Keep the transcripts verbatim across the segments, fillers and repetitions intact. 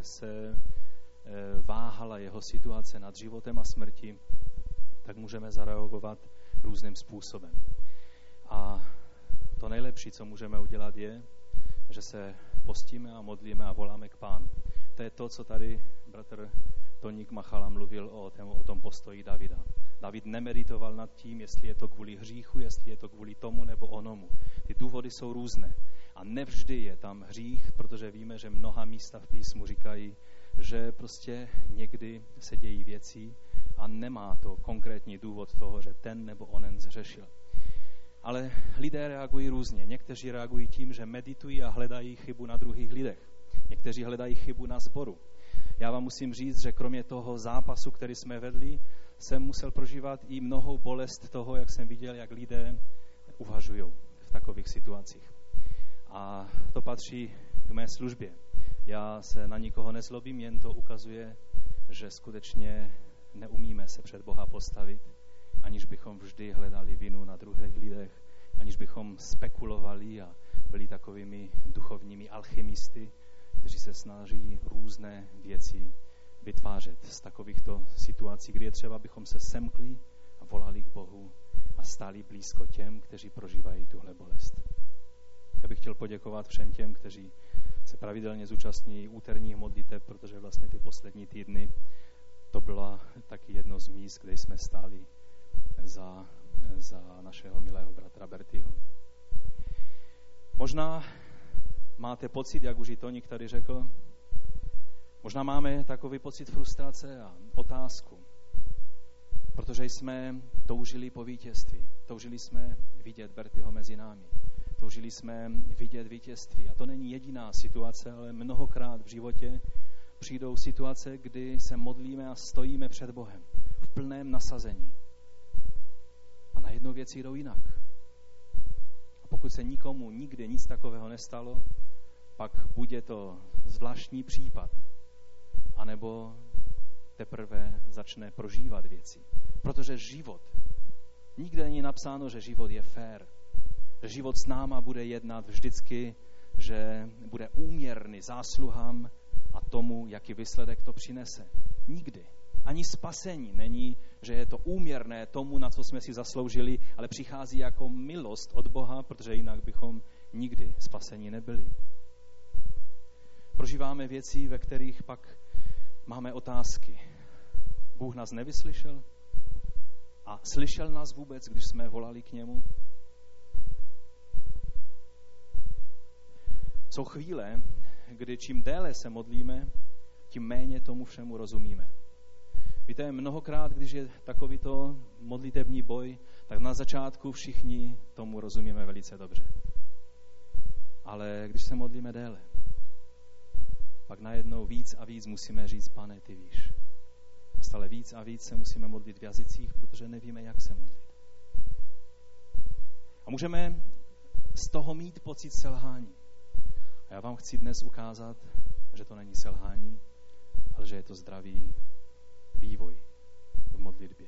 se váhala jeho situace nad životem a smrtí, tak můžeme zareagovat různým způsobem. A to nejlepší, co můžeme udělat, je, že se postíme a modlíme a voláme k Pánu. To je to, co tady bratr Toník Machala mluvil o, tém, o tom postoji Davida. David nemeditoval nad tím, jestli je to kvůli hříchu, jestli je to kvůli tomu nebo onomu. Ty důvody jsou různé. A nevždy je tam hřích, protože víme, že mnoha místa v písmu říkají, že prostě někdy se dějí věci a nemá to konkrétní důvod toho, že ten nebo onen zhřešil. Ale lidé reagují různě. Někteří reagují tím, že meditují a hledají chybu na druhých lidech. Někteří hledají chybu na sboru. Já vám musím říct, že kromě toho zápasu, který jsme vedli, jsem musel prožívat i mnohou bolest toho, jak jsem viděl, jak lidé uvažují v takových situacích. A to patří k mé službě. Já se na nikoho nezlobím, jen to ukazuje, že skutečně neumíme se před Boha postavit, aniž bychom vždy hledali vinu na druhých lidech, aniž bychom spekulovali a byli takovými duchovními alchymisty, kteří se snaží různé věci vytvářet z takovýchto situací, kdy je třeba, abychom se semkli a volali k Bohu a stáli blízko těm, kteří prožívají tuhle bolest. Já bych chtěl poděkovat všem těm, kteří se pravidelně zúčastní úterních modliteb, protože vlastně ty poslední týdny to byla taky jedno z míst, kde jsme stáli za, za našeho milého bratra Bertyho. Možná máte pocit, jak už i Toník tady řekl, možná máme takový pocit frustrace a otázku, protože jsme toužili po vítězství. Toužili jsme vidět Bertyho mezi námi. Toužili jsme vidět vítězství. A to není jediná situace, ale mnohokrát v životě přijdou situace, kdy se modlíme a stojíme před Bohem v plném nasazení. A najednou věci jdou jinak. A pokud se nikomu nikdy nic takového nestalo, pak bude to zvláštní případ, anebo teprve začne prožívat věci. Protože život, nikde není napsáno, že život je fér, že život s náma bude jednat vždycky, že bude úměrný zásluhám a tomu, jaký výsledek to přinese. Nikdy. Ani spasení není, že je to úměrné tomu, na co jsme si zasloužili, ale přichází jako milost od Boha, protože jinak bychom nikdy spasení nebyli. Prožíváme věci, ve kterých pak máme otázky. Bůh nás nevyslyšel? A slyšel nás vůbec, když jsme volali k němu? Jsou chvíle, kdy čím déle se modlíme, tím méně tomu všemu rozumíme. Víte, mnohokrát, když je takovýto modlitební boj, tak na začátku všichni tomu rozumíme velice dobře. Ale když se modlíme déle, pak najednou víc a víc musíme říct, Pane, ty víš. A stále víc a víc se musíme modlit v jazycích, protože nevíme, jak se modlit. A můžeme z toho mít pocit selhání. A já vám chci dnes ukázat, že to není selhání, ale že je to zdravý vývoj v modlitbě.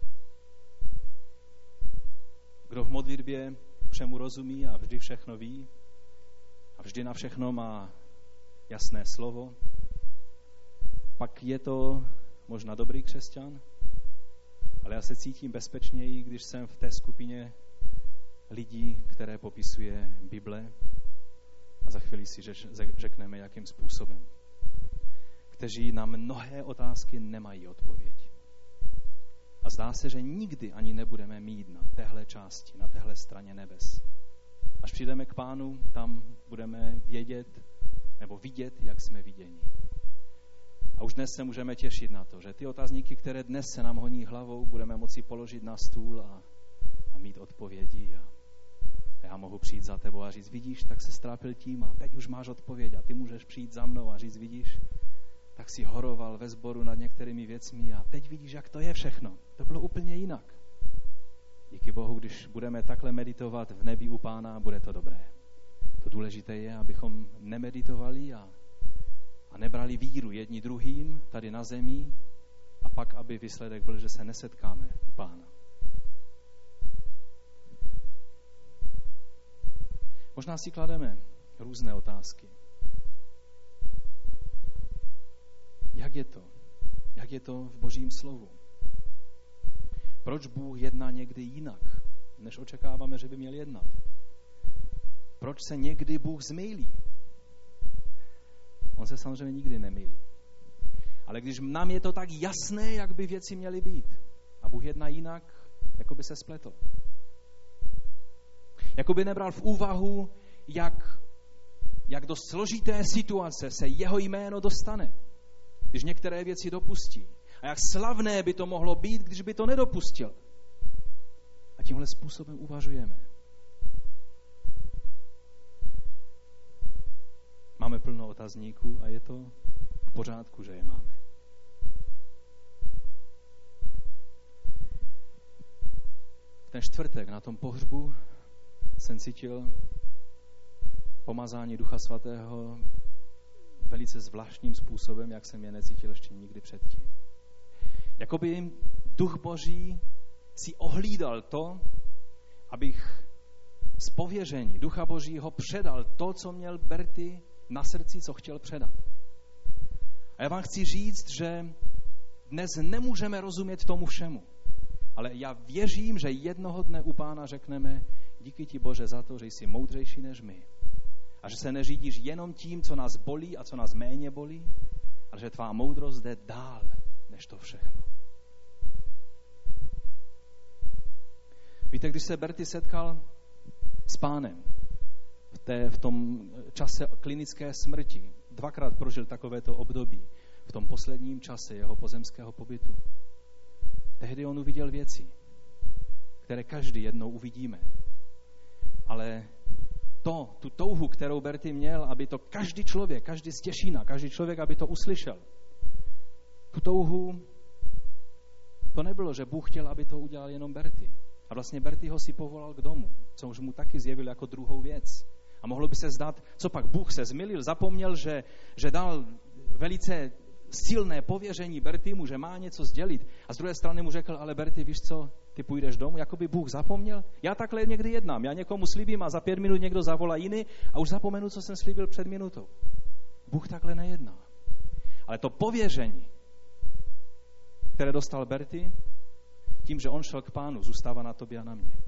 Kdo v modlitbě všemu rozumí a vždy všechno ví a vždy na všechno má jasné slovo, pak je to možná dobrý křesťan, ale já se cítím bezpečněji, když jsem v té skupině lidí, které popisuje Bible, a za chvíli si řekneme, jakým způsobem, kteří na mnohé otázky nemají odpověď. A zdá se, že nikdy ani nebudeme mít na téhle části, na téhle straně nebes. Až přijdeme k Pánu, tam budeme vědět, nebo vidět, jak jsme viděni. A už dnes se můžeme těšit na to, že ty otázníky, které dnes se nám honí hlavou, budeme moci položit na stůl a, a mít odpovědi. A já mohu přijít za tebou a říct, vidíš, tak se strápil tím a teď už máš odpověď a ty můžeš přijít za mnou a říct, vidíš, tak si horoval ve sboru nad některými věcmi a teď vidíš, jak to je všechno. To bylo úplně jinak. Díky Bohu, když budeme takhle meditovat v nebi u Pána, bude to dobré. To důležité je, abychom nemeditovali a, a nebrali víru jedni druhým tady na zemi a pak, aby výsledek byl, že se nesetkáme u Pána. Možná si klademe různé otázky. je to? Jak je to v Božím slovu? Proč Bůh jedná někdy jinak, než očekáváme, že by měl jednat? Proč se někdy Bůh zmýlí? On se samozřejmě nikdy nemýlí. Ale když nám je to tak jasné, jak by věci měly být, a Bůh jedná jinak, jako by se spletl. Jako by nebral v úvahu, jak, jak do složité situace se jeho jméno dostane, když některé věci dopustí. A jak slavné by to mohlo být, když by to nedopustil. A tímhle způsobem uvažujeme. Máme plno otazníků a je to v pořádku, že je máme. V ten čtvrtek na tom pohřbu jsem cítil pomazání Ducha Svatého velice zvláštním způsobem, jak jsem je necítil ještě nikdy předtím. Jakoby Duch Boží si ohlídal to, abych z pověření Ducha Božího předal to, co měl Berty na srdci, co chtěl předat. A já vám chci říct, že dnes nemůžeme rozumět tomu všemu. Ale já věřím, že jednoho dne u Pána řekneme: díky ti, Bože, za to, že jsi moudřejší než my. A že se neřídíš jenom tím, co nás bolí a co nás méně bolí, ale že tvá moudrost jde dál než to všechno. Víte, když se Berty setkal s Pánem v, té, v tom čase klinické smrti, dvakrát prožil takovéto období v tom posledním čase jeho pozemského pobytu. Tehdy on uviděl věci, které každý jednou uvidíme. Ale to, tu touhu, kterou Berty měl, aby to každý člověk, každý z Těšína, každý člověk, aby to uslyšel. Tu touhu, to nebylo, že Bůh chtěl, aby to udělal jenom Berty. A vlastně Berty ho si povolal k domu, co už mu taky zjevil jako druhou věc. A mohlo by se zdát, co pak Bůh se zmylil, zapomněl, že, že dal velice silné pověření Bertymu, že má něco sdělit. A z druhé strany mu řekl: ale Berty, víš co, ty půjdeš domů, jako by Bůh zapomněl. Já takhle někdy jednám, já někomu slíbím a za pět minut někdo zavolá jiný a už zapomenu, co jsem slíbil před minutou. Bůh takhle nejedná. Ale to pověření, které dostal Berty, tím, že on šel k Pánu, zůstává na tobě a na mě.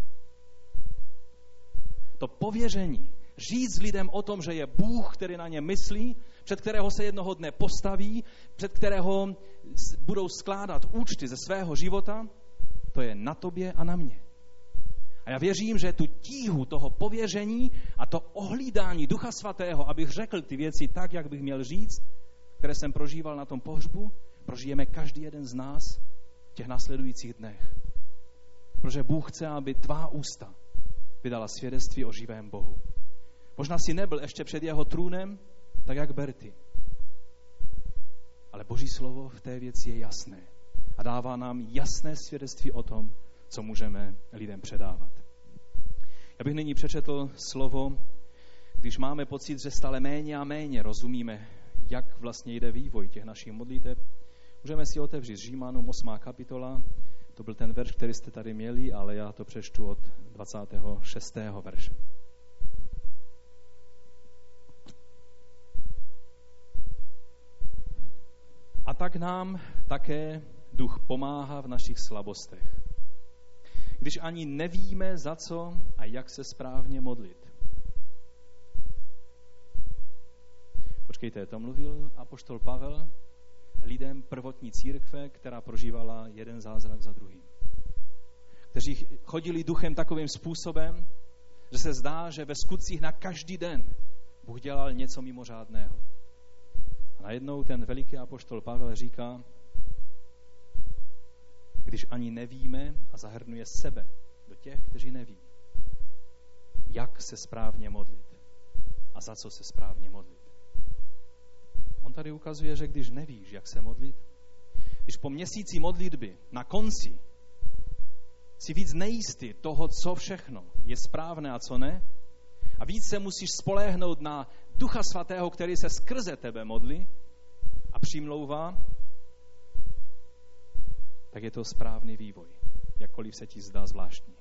To pověření, říct lidem o tom, že je Bůh, který na ně myslí, před kterého se jednoho dne postaví, před kterého budou skládat účty ze svého života, to je na tobě a na mě. A já věřím, že tu tíhu toho pověření a to ohlídání Ducha Svatého, abych řekl ty věci tak, jak bych měl říct, které jsem prožíval na tom pohřbu, prožijeme každý jeden z nás v těch následujících dnech. Protože Bůh chce, aby tvá ústa vydala svědectví o živém Bohu. Možná si nebyl ještě před jeho trůnem, tak jak Berty. Ale Boží slovo v té věci je jasné a dává nám jasné svědectví o tom, co můžeme lidem předávat. Já bych nyní přečetl slovo, když máme pocit, že stále méně a méně rozumíme, jak vlastně jde vývoj těch našich modliteb. Můžeme si otevřít Římanům osmá kapitola, to byl ten verš, který jste tady měli, ale já to přečtu od dvacátého šestého verše. A tak nám také Duch pomáhá v našich slabostech. Když ani nevíme, za co a jak se správně modlit. Počkejte, to mluvil apoštol Pavel lidem prvotní církve, která prožívala jeden zázrak za druhým. Kteří chodili duchem takovým způsobem, že se zdá, že ve skutcích na každý den Bůh dělal něco mimořádného. A najednou ten veliký apoštol Pavel říká, když ani nevíme, a zahrnuje sebe do těch, kteří neví, jak se správně modlit a za co se správně modlit. On tady ukazuje, že když nevíš, jak se modlit, když po měsíci modlitby na konci si víc nejistý toho, co všechno je správné a co ne, a víc se musíš spoléhnout na Ducha Svatého, který se skrze tebe modlí a přimlouvá, tak je to správný vývoj, jakkoliv se ti zdá zvláštní.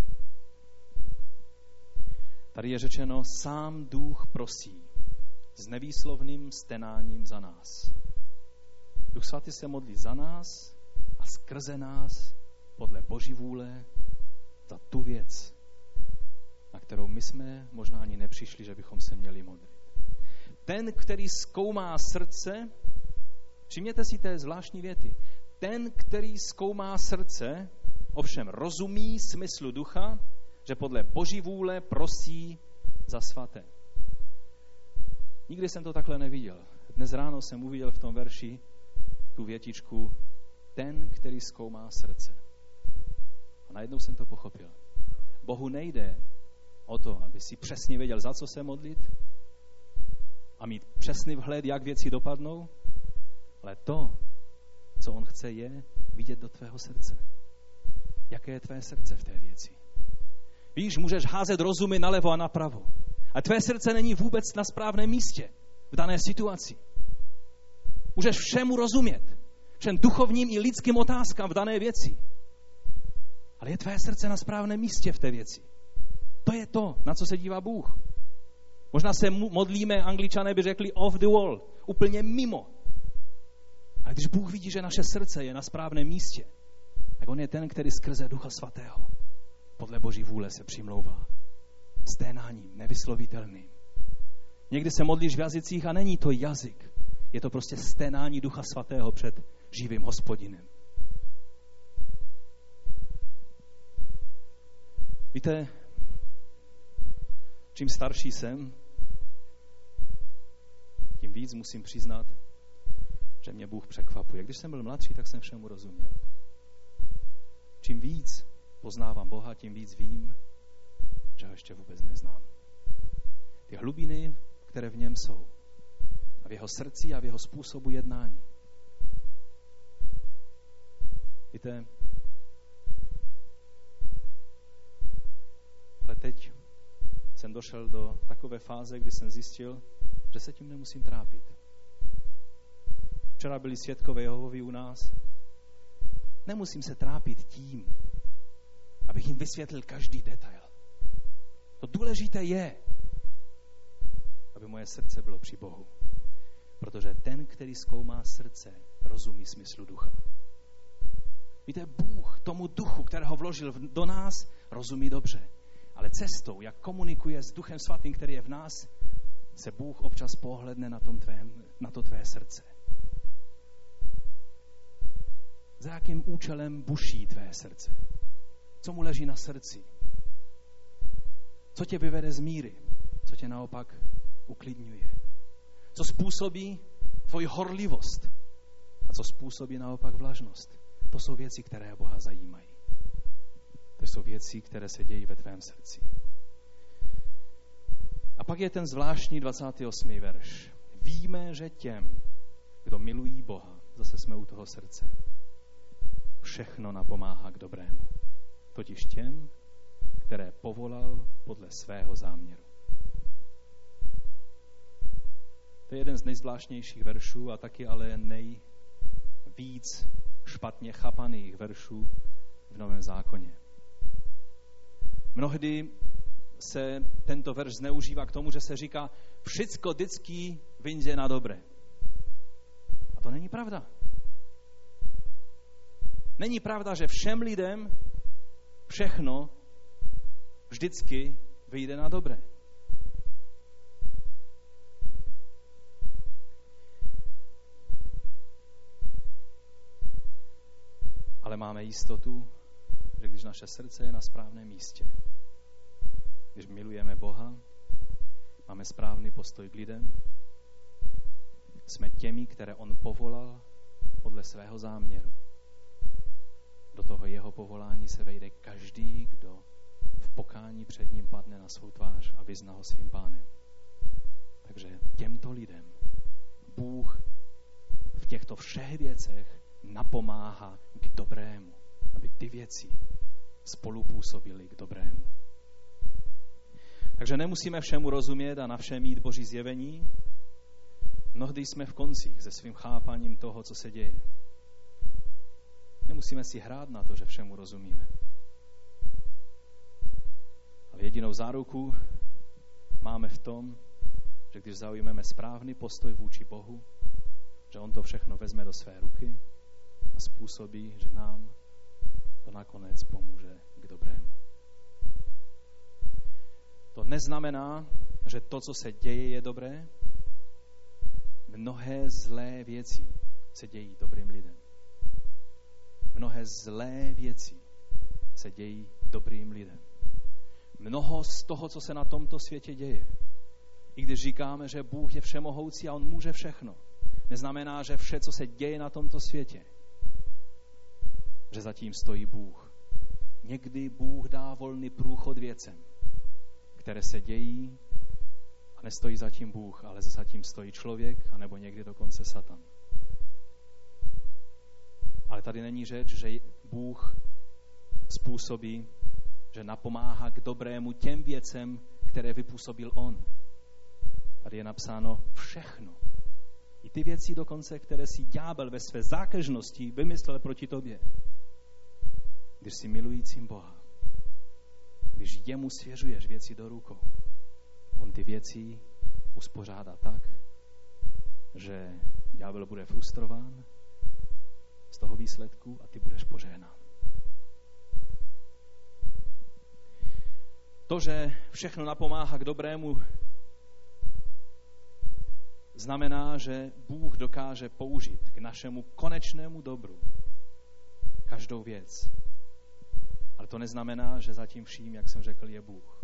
Tady je řečeno, sám Duch prosí s nevýslovným stenáním za nás. Duch Svatý se modlí za nás a skrze nás podle Boží vůle za tu věc, na kterou my jsme možná ani nepřišli, že bychom se měli modlit. Ten, který zkoumá srdce, všimněte si té zvláštní věty, ten, který zkoumá srdce, ovšem rozumí smyslu ducha, že podle Boží vůle prosí za svaté. Nikdy jsem to takhle neviděl. Dnes ráno jsem uviděl v tom verši tu větičku, ten, který zkoumá srdce. A najednou jsem to pochopil. Bohu nejde o to, aby si přesně věděl, za co se modlit a mít přesný vhled, jak věci dopadnou, ale to, co on chce, je vidět do tvého srdce. Jaké je tvé srdce v té věci? Víš, můžeš házet rozumy nalevo a napravo. A tvé srdce není vůbec na správném místě v dané situaci. Můžeš všemu rozumět. Všem duchovním i lidským otázkám v dané věci. Ale je tvé srdce na správném místě v té věci. To je to, na co se dívá Bůh. Možná se modlíme, Angličané by řekli off the wall, úplně mimo. Ale když Bůh vidí, že naše srdce je na správném místě, tak on je ten, který skrze Ducha Svatého podle Boží vůle se přimlouvá. Sténáním, nevyslovitelným. Někdy se modlíš v jazycích a není to jazyk. Je to prostě sténání Ducha Svatého před živým Hospodinem. Víte, čím starší jsem, tím víc musím přiznat, že mě Bůh překvapuje. Když jsem byl mladší, tak jsem všemu rozuměl. Čím víc poznávám Boha, tím víc vím, že ho ještě vůbec neznám. Ty hlubiny, které v něm jsou, a v jeho srdci a v jeho způsobu jednání. Víte, ale teď jsem došel do takové fáze, kdy jsem zjistil, že se tím nemusím trápit. Včera byli svědkové Jehovovi u nás. Nemusím se trápit tím, abych jim vysvětlil každý detail. To důležité je, aby moje srdce bylo při Bohu. Protože ten, který zkoumá srdce, rozumí smyslu ducha. Víte, Bůh tomu duchu, kterého vložil do nás, rozumí dobře. Ale cestou, jak komunikuje s Duchem Svatým, který je v nás, se Bůh občas pohledne na, tom tvém, na to tvé srdce. Za jakým účelem buší tvé srdce? Co mu leží na srdci? Co tě vyvede z míry? Co tě naopak uklidňuje? Co způsobí tvoji horlivost? A co způsobí naopak vlažnost? To jsou věci, které Boha zajímají. To jsou věci, které se dějí ve tvém srdci. A pak je ten zvláštní dvacátý osmý verš. Víme, že těm, kdo milují Boha, zase jsme u toho srdce, všechno napomáhá k dobrému. Totiž těm, které povolal podle svého záměru. To je jeden z nejzvláštnějších veršů a taky ale nejvíc špatně chápaných veršů v Novém zákoně. Mnohdy se tento verš zneužívá k tomu, že se říká všecko vždycky vyjde na dobré. A to není pravda. Není pravda, že všem lidem všechno vždycky vyjde na dobré. Ale máme jistotu, že když naše srdce je na správném místě, když milujeme Boha, máme správný postoj k lidem, jsme těmi, které on povolal podle svého záměru. Do toho jeho povolání se vejde každý, kdo v pokání před ním padne na svou tvář a vyzná ho svým pánem. Takže těmto lidem Bůh v těchto všech věcech napomáhá k dobrému, aby ty věci spolupůsobily k dobrému. Takže nemusíme všemu rozumět a na všem mít Boží zjevení. Mnohdy jsme v koncích se svým chápaním toho, co se děje. Nemusíme si hrát na to, že všemu rozumíme. Ale jedinou záruku máme v tom, že když zaujmeme správný postoj vůči Bohu, že on to všechno vezme do své ruky a způsobí, že nám to nakonec pomůže k dobrému. To neznamená, že to, co se děje, je dobré. Mnohé zlé věci se dějí dobrým lidem. Mnohé zlé věci se dějí dobrým lidem. Mnoho z toho, co se na tomto světě děje, i když říkáme, že Bůh je všemohoucí a on může všechno, neznamená, že vše, co se děje na tomto světě, že zatím stojí Bůh. Někdy Bůh dá volný průchod věcem, které se dějí a nestojí zatím Bůh, ale zatím stojí člověk, anebo někdy dokonce Satan. Ale tady není řeč, že Bůh způsobí, že napomáhá k dobrému těm věcem, které vypůsobil on. Tady je napsáno všechno. I ty věci dokonce, které si ďábel ve své zákeřnosti vymyslel proti tobě. Když jsi milujícím Boha, když jemu svěřuješ věci do rukou, on ty věci uspořádá tak, že ďábel bude frustrován z toho výsledku a ty budeš požehnán. To, že všechno napomáhá k dobrému, znamená, že Bůh dokáže použít k našemu konečnému dobru každou věc. Ale to neznamená, že zatím vším, jak jsem řekl, je Bůh.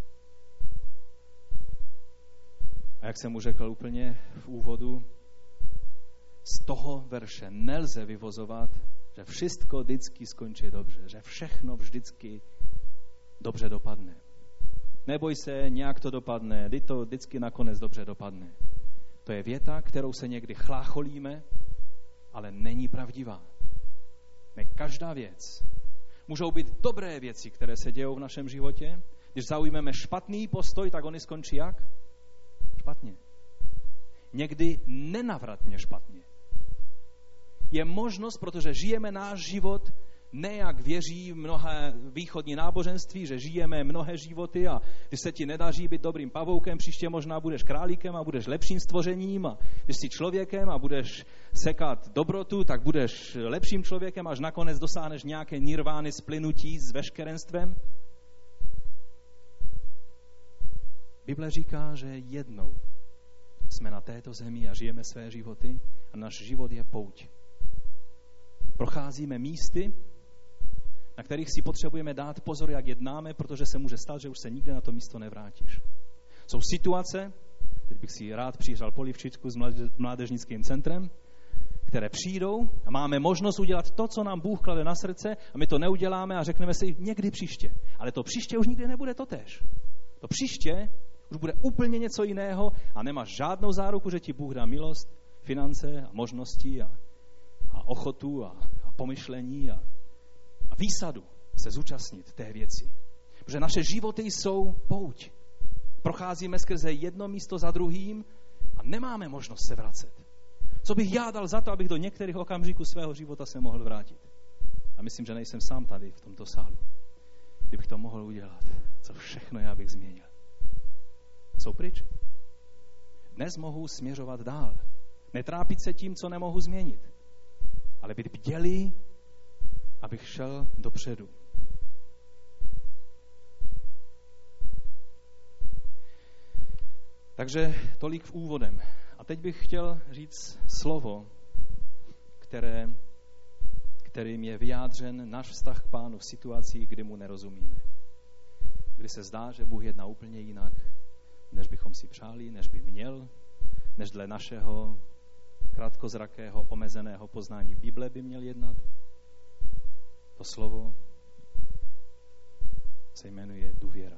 A jak jsem mu řekl úplně v úvodu, z toho verše nelze vyvozovat, že všechno vždycky skončí dobře, že všechno vždycky dobře dopadne. Neboj se, nějak to dopadne, kdy to vždycky nakonec dobře dopadne. To je věta, kterou se někdy chlácholíme, ale není pravdivá. Ne každá věc. Můžou být dobré věci, které se dějou v našem životě. Když zaujmeme špatný postoj, tak oni skončí jak? Špatně. Někdy nenavratně špatně. Je možnost, protože žijeme náš život ne jak věří mnohé východní náboženství, že žijeme mnohé životy a když se ti nedaří být dobrým pavoukem, příště možná budeš králíkem a budeš lepším stvořením a když jsi člověkem a budeš sekat dobrotu, tak budeš lepším člověkem, až nakonec dosáhneš nějaké nirvány splynutí s veškerenstvem. Bible říká, že jednou jsme na této zemi a žijeme své životy a náš život je pouť. Procházíme místy, na kterých si potřebujeme dát pozor, jak jednáme, protože se může stát, že už se nikdy na to místo nevrátíš. Jsou situace, teď bych si rád přihřál polivčičku s mládežnickým centrem, které přijdou a máme možnost udělat to, co nám Bůh klade na srdce a my to neuděláme a řekneme si někdy příště. Ale to příště už nikdy nebude totéž. To příště už bude úplně něco jiného a nemáš žádnou záruku, že ti Bůh dá milost, finance a možnosti a, a ochotu a, a pomyšlení a, a výsadu se zúčastnit té věci. Protože naše životy jsou pouť. Procházíme skrze jedno místo za druhým a nemáme možnost se vracet. Co bych já dal za to, abych do některých okamžiků svého života se mohl vrátit? A myslím, že nejsem sám tady v tomto sálu. Kdybych to mohl udělat, co všechno já bych změnil. Jsou pryč. Dnes mohu směřovat dál. Netrápit se tím, co nemohu změnit. Ale být bdělý, abych šel dopředu. Takže tolik v úvodem. A teď bych chtěl říct slovo, které, kterým je vyjádřen náš vztah k Pánu v situacích, kdy mu nerozumíme. Kdy se zdá, že Bůh jedná úplně jinak, než bychom si přáli, než by měl, než dle našeho krátkozrakého, omezeného poznání Bible by měl jednat. To slovo se jmenuje důvěra.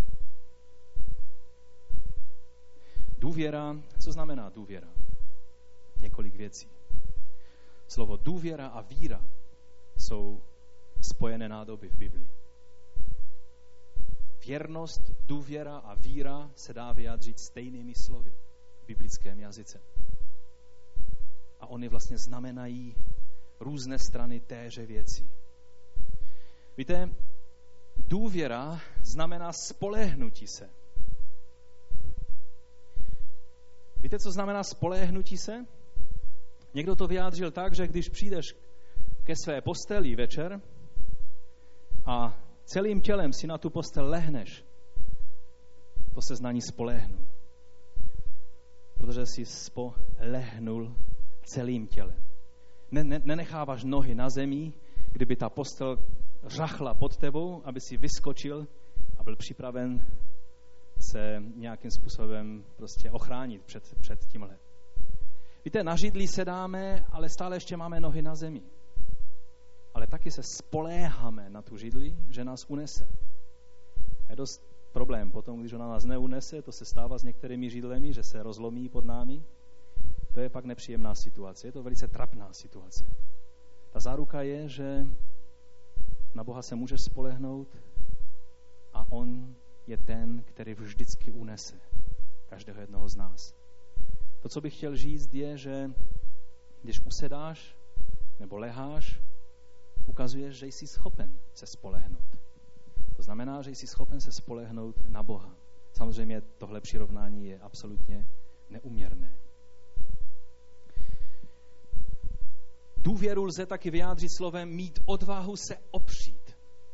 Důvěra, co znamená důvěra? Několik věcí. Slovo důvěra a víra jsou spojené nádoby v Biblii. Věrnost, důvěra a víra se dá vyjádřit stejnými slovy v biblickém jazyce. A oni vlastně znamenají různé strany téže věci. Víte, důvěra znamená spoléhnutí se. Víte, co znamená spoléhnutí se? Někdo to vyjádřil tak, že když přijdeš ke své posteli večer a celým tělem si na tu postel lehneš, to ses na ní spoléhnul. Protože jsi spolehnul celým tělem. Ne, ne, nenecháváš nohy na zemi, kdyby ta postel řachla pod tebou, aby si vyskočil a byl připraven se nějakým způsobem prostě ochránit před, před tímhle. Víte, na židli sedáme, ale stále ještě máme nohy na zemi. Ale taky se spoléháme na tu židli, že nás unese. Je dost problém potom, když ona nás neunese, to se stává s některými židlemi, že se rozlomí pod námi. To je pak nepříjemná situace, je to velice trapná situace. Ta záruka je, že na Boha se můžeš spolehnout a on je ten, který vždycky unese každého jednoho z nás. To, co bych chtěl říct, je, že když usedáš nebo leháš, ukazuješ, že jsi schopen se spolehnout. To znamená, že jsi schopen se spolehnout na Boha. Samozřejmě tohle přirovnání je absolutně neuměrné. Důvěru lze taky vyjádřit slovem mít odvahu se opřít.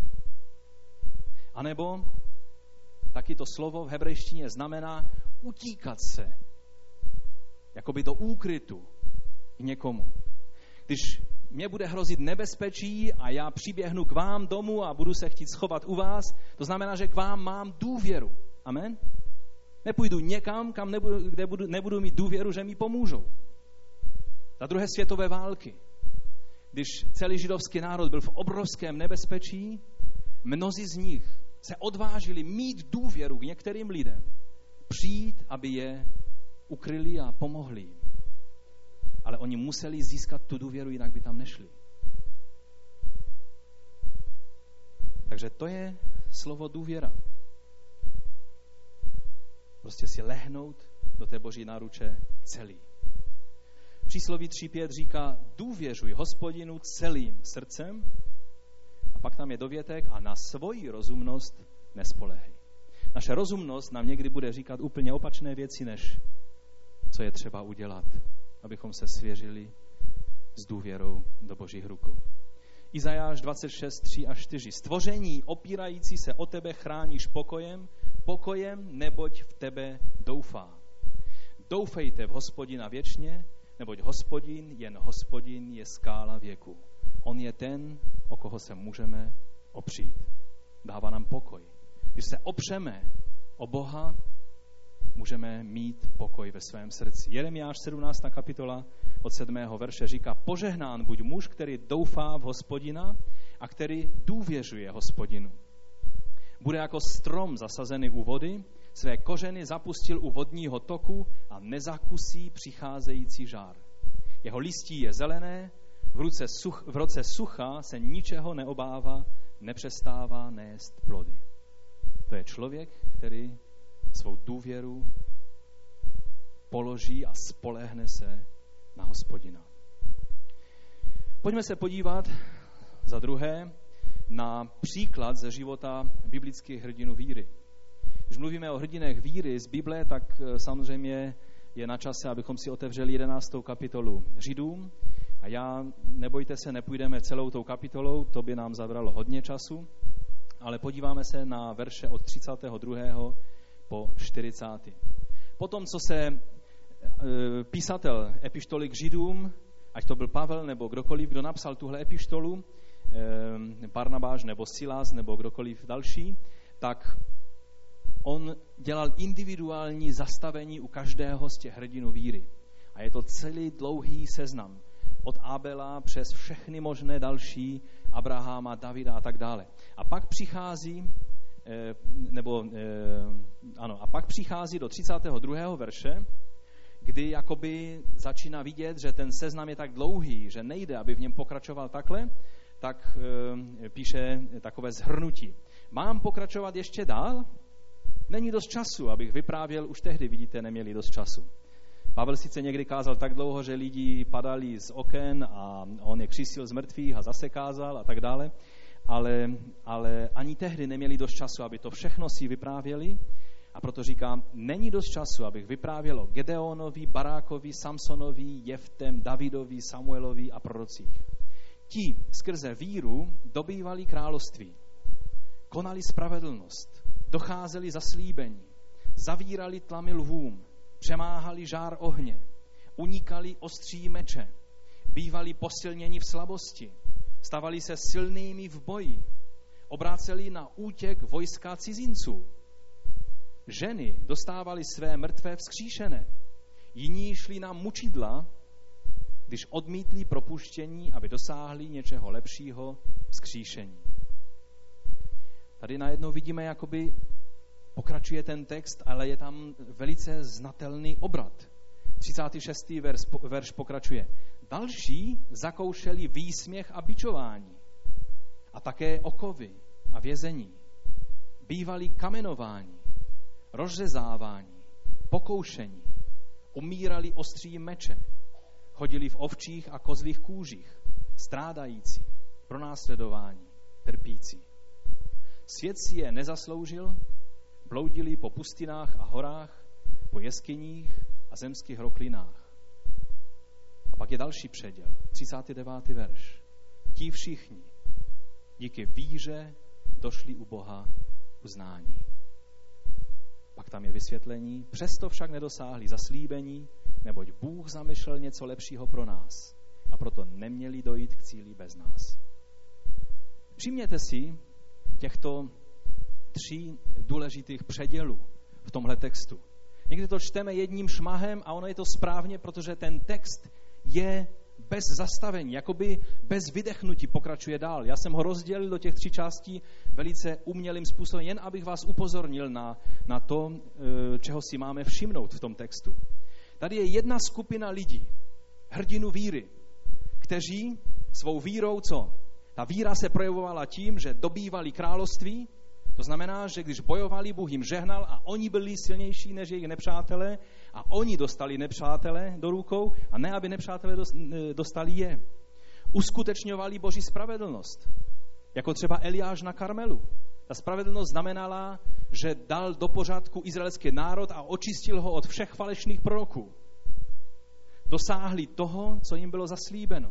A nebo taky to slovo v hebrejštině znamená utíkat se, jakoby do úkrytu k někomu. Když mě bude hrozit nebezpečí a já přiběhnu k vám domů a budu se chtít schovat u vás, to znamená, že k vám mám důvěru. Amen? Nepůjdu někam, kam nebudu, kde budu, nebudu mít důvěru, že mi pomůžou. Za druhé světové války, když celý židovský národ byl v obrovském nebezpečí, mnozí z nich se odvážili mít důvěru k některým lidem, přijít, aby je ukryli a pomohli jim. Ale oni museli získat tu důvěru, jinak by tam nešli. Takže to je slovo důvěra. Prostě si lehnout do té Boží náruče celý. Přísloví tři pět říká, důvěřuj Hospodinu celým srdcem, a pak tam je dovětek, a na svoji rozumnost nespolehej. Naše rozumnost nám někdy bude říkat úplně opačné věci, než co je třeba udělat, abychom se svěřili s důvěrou do Božích rukou. Izajáš dvacet šest tři a čtyři. Stvoření opírající se o tebe chráníš pokojem, pokojem, neboť v tebe doufá. Doufejte v Hospodina věčně, neboť Hospodin, jen Hospodin je skála věku. On je ten, o koho se můžeme opřít. Dává nám pokoj. Když se opřeme o Boha, můžeme mít pokoj ve svém srdci. Jeremiáš sedmnáctá kapitola od sedmého verše říká, požehnán buď muž, který doufá v Hospodina a který důvěřuje Hospodinu. Bude jako strom zasazený u vody, své kořeny zapustil u vodního toku a nezakusí přicházející žár. Jeho listí je zelené, v, ruce such, v roce sucha se ničeho neobává, nepřestává nést plody. To je člověk, který svou důvěru položí a spolehne se na Hospodina. Pojďme se podívat za druhé na příklad ze života biblických hrdinů víry. Když mluvíme o hrdinech víry z Bible, tak samozřejmě je na čase, abychom si otevřeli jedenáctou kapitolu Židům. A já, nebojte se, nepůjdeme celou tou kapitolou, to by nám zabralo hodně času, ale podíváme se na verše od třicátého druhého po čtyřicátý Potom, co se e, písatel epištoly k Židům, ať to byl Pavel nebo kdokoliv, kdo napsal tuhle epištolu, e, Barnabáš nebo Silas nebo kdokoliv další, tak on dělal individuální zastavení u každého z těch hrdinů víry. A je to celý dlouhý seznam. Od Abela přes všechny možné další, Abrahama, Davida a tak dále. A pak přichází, nebo ano, a pak přichází do třicátého druhého verše, kdy jakoby začíná vidět, že ten seznam je tak dlouhý, že nejde, aby v něm pokračoval takhle, tak píše takové shrnutí. Mám pokračovat ještě dál? Není dost času, abych vyprávěl, už tehdy, vidíte, neměli dost času. Pavel sice někdy kázal tak dlouho, že lidi padali z oken a on je křísil z mrtvých a zase kázal a tak dále, ale, ale ani tehdy neměli dost času, aby to všechno si vyprávěli. A proto říkám, není dost času, abych vyprávěl o Gedeonovi, Barákovi, Samsonovi, Jeftem, Davidovi, Samuelovi a prorocích. Ti skrze víru dobývali království, konali spravedlnost, docházeli zaslíbení, zavírali tlamy lvům, přemáhali žár ohně, unikali ostří meče, bývali posilněni v slabosti, stavali se silnými v boji, obráceli na útěk vojska cizinců. Ženy dostávaly své mrtvé vzkříšené, jiní šli na mučidla, když odmítli propuštění, aby dosáhli něčeho lepšího, vzkříšení. Tady najednou vidíme, jakoby pokračuje ten text, ale je tam velice znatelný obrat. třicátý šestý verš, verš pokračuje. Další zakoušeli výsměch a bičování a také okovy a vězení. Bývali kamenování, rozřezávání, pokoušení, umírali ostří meče, chodili v ovčích a kozlých kůžích, strádající, pronásledování, trpící. Svět si je nezasloužil, bloudili po pustinách a horách, po jeskyních a zemských roklinách. A pak je další předěl, třicátý devátý verš. Ti všichni díky víře došli u Boha uznání. Pak tam je vysvětlení, přesto však nedosáhli zaslíbení, neboť Bůh zamýšlel něco lepšího pro nás a proto neměli dojít k cíli bez nás. Všimněte si těchto tří důležitých předělů v tomhle textu. Někdy to čteme jedním šmahem a ono je to správně, protože ten text je bez zastavení, jakoby bez vydechnutí pokračuje dál. Já jsem ho rozdělil do těch tří částí velice umělým způsobem, jen abych vás upozornil na, na to, čeho si máme všimnout v tom textu. Tady je jedna skupina lidí, hrdinů víry, kteří svou vírou, co? Ta víra se projevovala tím, že dobývali království, to znamená, že když bojovali, Bůh jim žehnal a oni byli silnější než jejich nepřátelé a oni dostali nepřátelé do rukou a ne, aby nepřátelé dostali je. Uskutečňovali Boží spravedlnost, jako třeba Eliáš na Karmelu. Ta spravedlnost znamenala, že dal do pořádku izraelský národ a očistil ho od všech falešných proroků. Dosáhli toho, co jim bylo zaslíbeno.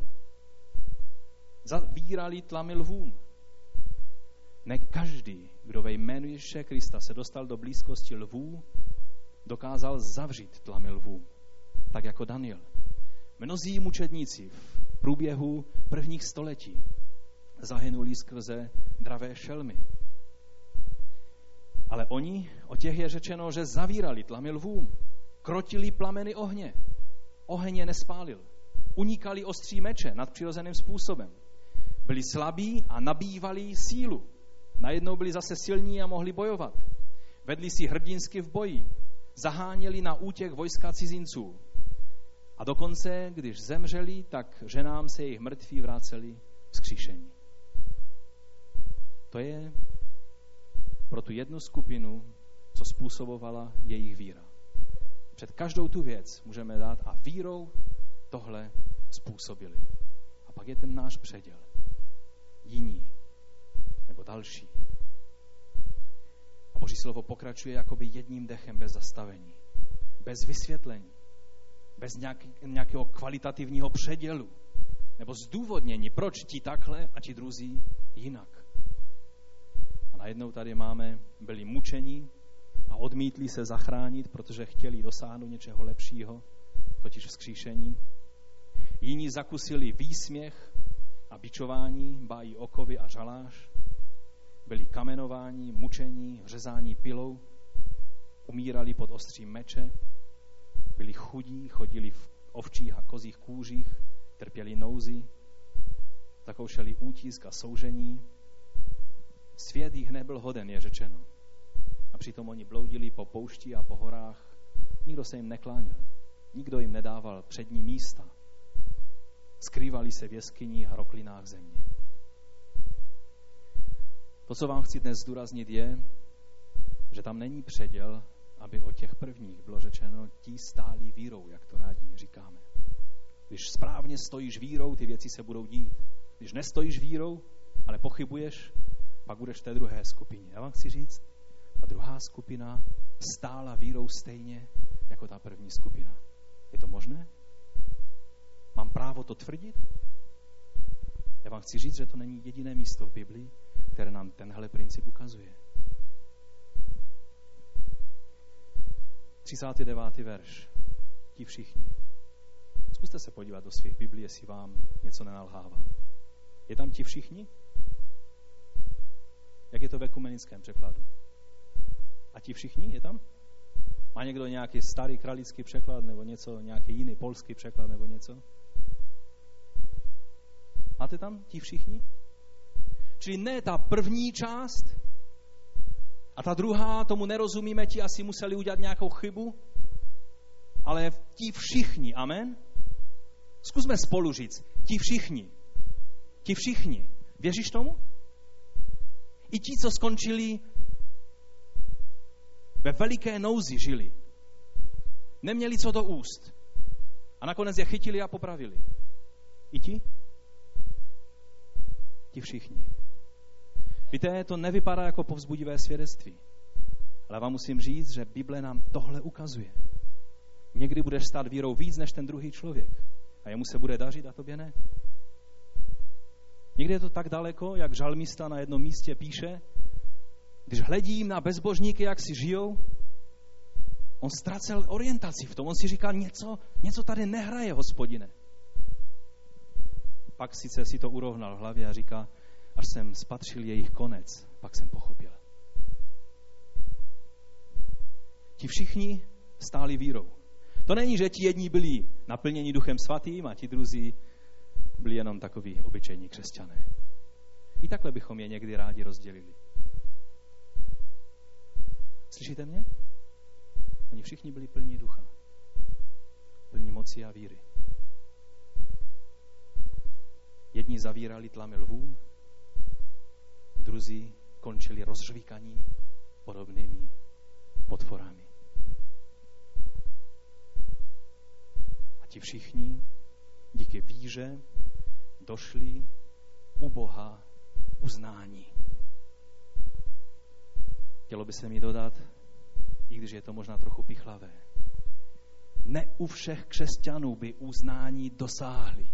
Zavírali tlamy lvům. Ne každý, kdo ve jménu Ježíše Krista se dostal do blízkosti lvů, dokázal zavřít tlamy lvů, tak jako Daniel. Mnozí mučedníci v průběhu prvních století zahynuli skrze dravé šelmy. Ale oni, o těch je řečeno, že zavírali tlamy lvům, krotili plameny ohně, oheň je nespálil, unikali ostří meče nadpřirozeným způsobem, byli slabí a nabývali sílu. Najednou byli zase silní a mohli bojovat. Vedli si hrdinsky v boji, zaháněli na útěk vojska cizinců. A dokonce, když zemřeli, tak ženám se jejich mrtví vraceli vzkříšení. To je pro tu jednu skupinu, co způsobovala jejich víra. Před každou tu věc můžeme dát a vírou tohle způsobili. A pak je ten náš předěl. Jiní nebo další. A Boží slovo pokračuje jakoby jedním dechem bez zastavení, bez vysvětlení, bez nějaký, nějakého kvalitativního předělu nebo zdůvodnění, proč ti takhle a ti druzí jinak. A najednou tady máme, byli mučeni a odmítli se zachránit, protože chtěli dosáhnout něčeho lepšího, totiž vzkříšení. Jiní zakusili výsměch a bičování, ba i okovy a žalář. Byli kamenováni, mučení, řezání pilou, umírali pod ostřím meče, byli chudí, chodili v ovčích a kozích kůžích, trpěli nouzi, zakoušeli útisk a soužení. Svět jich nebyl hoden, je řečeno. A přitom oni bloudili po poušti a po horách. Nikdo se jim nekláněl, nikdo jim nedával přední místa. Skrývali se v jeskyních a roklinách země. To, co vám chci dnes zdůraznit, je, že tam není předěl, aby o těch prvních bylo řečeno, ti stálí vírou, jak to rádi říkáme. Když správně stojíš vírou, ty věci se budou dít. Když nestojíš vírou, ale pochybuješ, pak budeš v té druhé skupině. Já vám chci říct, ta druhá skupina stála vírou stejně jako ta první skupina. Je to možné? Mám právo to tvrdit? Já vám chci říct, že to není jediné místo v Biblii, které nám tenhle princip ukazuje. třicátý devátý verš. Ti všichni. Zkuste se podívat do svých Biblí, jestli vám něco nenalhává. Je tam ti všichni? Jak je to v ekumenickém překladu? A ti všichni? Je tam? Má někdo nějaký starý kralický překlad nebo něco, nějaký jiný polský překlad nebo něco? Máte tam ti všichni? Čili ne ta první část a ta druhá, tomu nerozumíme, ti asi museli udělat nějakou chybu, ale ti všichni, amen? Zkusme spolu říct, ti všichni, ti všichni, věříš tomu? I ti, co skončili ve veliké nouzi, žili. Neměli co do úst. A nakonec je chytili a popravili. I ti? Ti všichni. Víte, to nevypadá jako povzbudivé svědectví. Ale vám musím říct, že Bible nám tohle ukazuje. Někdy budeš stát vírou víc než ten druhý člověk. A jemu se bude dařit a tobě ne. Někdy je to tak daleko, jak žalmista na jednom místě píše, když hledím na bezbožníky, jak si žijou, on ztracel orientaci v tom. On si říká, něco, něco tady nehraje, Hospodine. Pak sice si to urovnal v hlavě a říká, až jsem spatřil jejich konec, pak jsem pochopil. Ti všichni stáli vírou. To není, že ti jedni byli naplněni Duchem Svatým a ti druzí byli jenom takoví obyčejní křesťané. I takhle bychom je někdy rádi rozdělili. Slyšíte mě? Oni všichni byli plní ducha. Plní moci a víry. Jedni zavírali tlamy lvům, druzí končili rozřvíkaní podobnými potvorami. A ti všichni díky víře došli u Boha uznání. Chtělo by se mi dodat, i když je to možná trochu pichlavé, ne u všech křesťanů by uznání dosáhli.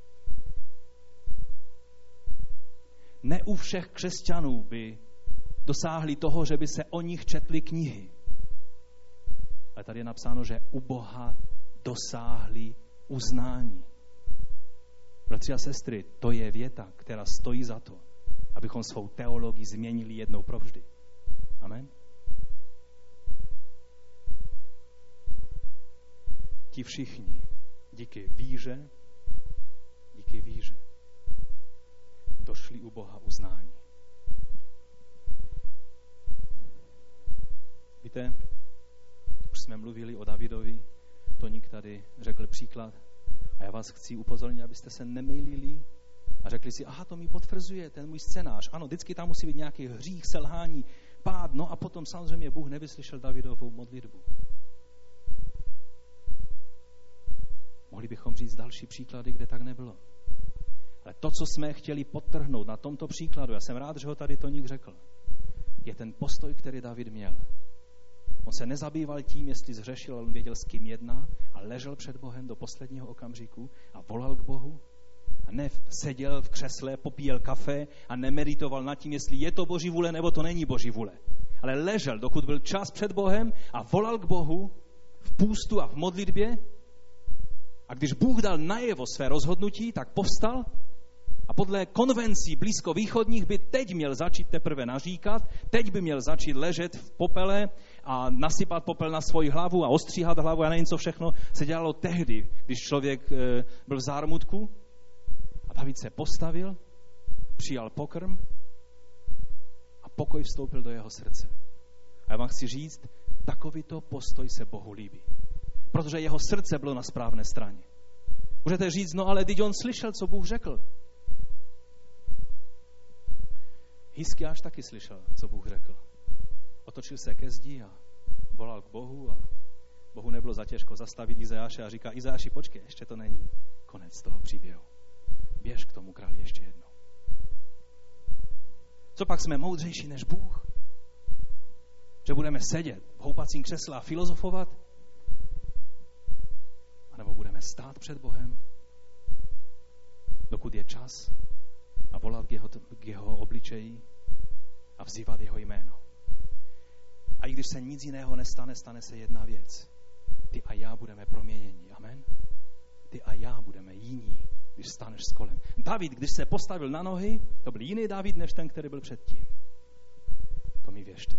Ne u všech křesťanů by dosáhli toho, že by se o nich četly knihy. Ale tady je napsáno, že u Boha dosáhli uznání. Bratři a sestry, to je věta, která stojí za to, abychom svou teologii změnili jednou provždy. Amen. Ti všichni díky víře, díky víře došli u Boha uznání. Víte, už jsme mluvili o Davidovi, Toník tady řekl příklad a já vás chci upozornit, abyste se nemýlili a řekli si, aha, to mi potvrzuje ten můj scénář. Ano, vždycky tam musí být nějaký hřích, selhání, pád, no a potom samozřejmě Bůh nevyslyšel Davidovou modlitbu. Mohli bychom říct další příklady, kde tak nebylo. Ale to, co jsme chtěli podtrhnout na tomto příkladu, já jsem rád, že ho tady Toník řekl, je ten postoj, který David měl. On se nezabýval tím, jestli zřešil, ale on věděl, s kým jedná a ležel před Bohem do posledního okamžiku a volal k Bohu. A ne seděl v křesle, popíjel kafe a nemeditoval nad tím, jestli je to Boží vůle nebo to není Boží vůle. Ale ležel, dokud byl čas před Bohem a volal k Bohu v půstu a v modlitbě. A když Bůh dal najevo své rozhodnutí, tak povstal a podle konvencí blízkovýchodních by teď měl začít teprve naříkat, teď by měl začít ležet v popele a nasypat popel na svoji hlavu a ostříhat hlavu a nevím, co všechno se dělalo tehdy, když člověk e, byl v zármutku. A David se postavil, přijal pokrm a pokoj vstoupil do jeho srdce. A já vám chci říct, takovýto postoj se Bohu líbí. Protože jeho srdce bylo na správné straně. Můžete říct, no ale teď on slyšel, co Bůh řekl. Hiskiáš taky slyšel, co Bůh řekl. Otočil se ke zdi a volal k Bohu a Bohu nebylo zatěžko zastavit Izajáše a říká, Izajáši, počkej, ještě to není konec toho příběhu. Běž k tomu králi ještě jednou. Co pak jsme moudřejší než Bůh? Že budeme sedět v houpacím křesle a filozofovat? A nebo budeme stát před Bohem, dokud je čas, a volat k jeho, k jeho obličeji a vzývat jeho jméno. A i když se nic jiného nestane, stane se jedna věc. Ty a já budeme proměněni. Amen? Ty a já budeme jiní, když staneš z kolen. David, když se postavil na nohy, to byl jiný David, než ten, který byl předtím. To mi věřte.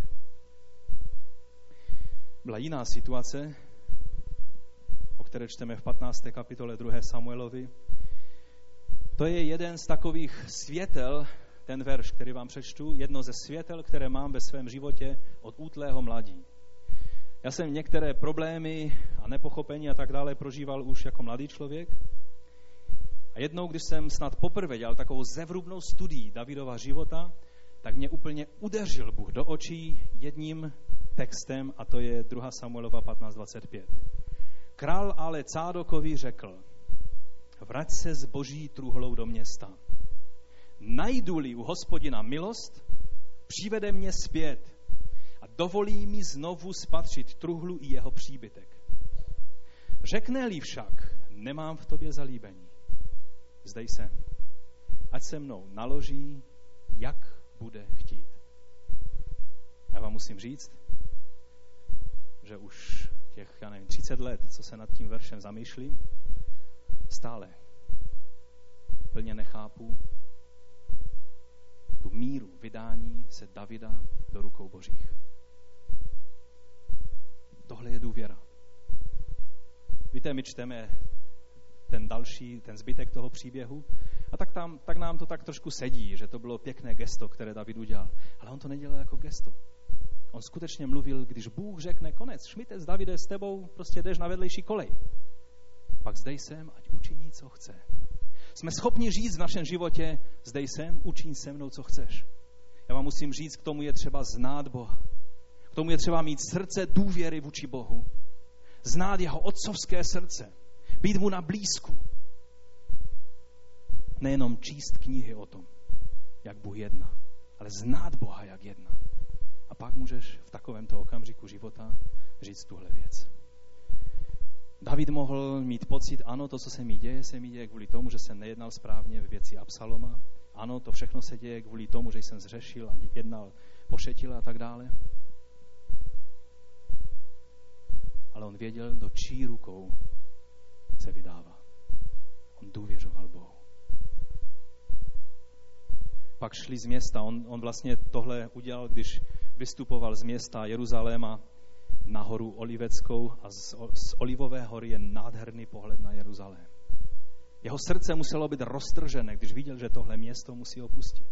Byla jiná situace, o které čteme v patnácté kapitole druhé Samuelovi. To je jeden z takových světel, ten verš, který vám přečtu, jedno ze světel, které mám ve svém životě od útlého mladí. Já jsem některé problémy a nepochopení a tak dále prožíval už jako mladý člověk. A jednou, když jsem snad poprvé dělal takovou zevrubnou studii Davidova života, tak mě úplně udeřil Bůh do očí jedním textem, a to je druhá Samuelova patnáct dvacet pět. Král ale Cádokovi řekl: vrať se s boží truhlou do města. Najdu-li u Hospodina milost, přivede mě zpět a dovolí mi znovu spatřit truhlu i jeho příbytek. Řekne-li však, nemám v tobě zalíbení, zde jsem, ať se mnou naloží, jak bude chtít. Já vám musím říct, že už těch, já nevím, třicet let, co se nad tím veršem zamýšlím, stále plně nechápu tu míru vydání se Davida do rukou Božích. Tohle je důvěra. Víte, my čteme ten další, ten zbytek toho příběhu a tak, tam, tak nám to tak trošku sedí, že to bylo pěkné gesto, které David udělal. Ale on to nedělal jako gesto. On skutečně mluvil, když Bůh řekne konec, Šmitec, Davide, s tebou prostě jdeš na vedlejší kolej. Pak zde jsem, ať učiní, co chce. Jsme schopni říct v našem životě, zde jsem, učiň se mnou, co chceš. Já vám musím říct, k tomu je třeba znát Boha. K tomu je třeba mít srdce důvěry vůči Bohu. Znát jeho otcovské srdce. Být mu na blízku. Nejenom číst knihy o tom, jak Bůh jedná, ale znát Boha, jak jedná. A pak můžeš v takovémto okamžiku života říct tuhle věc. David mohl mít pocit, ano, to, co se mi děje, se mi děje kvůli tomu, že jsem nejednal správně ve věci Absaloma. Ano, to všechno se děje kvůli tomu, že jsem zřešil a jednal pošetil a tak dále. Ale on věděl, do čí rukou se vydává. On důvěřoval Bohu. Pak šli z města. On, on vlastně tohle udělal, když vystupoval z města Jeruzaléma na horu Oliveckou a z, z Olivové hory je nádherný pohled na Jeruzalém. Jeho srdce muselo být roztržené, když viděl, že tohle město musí opustit.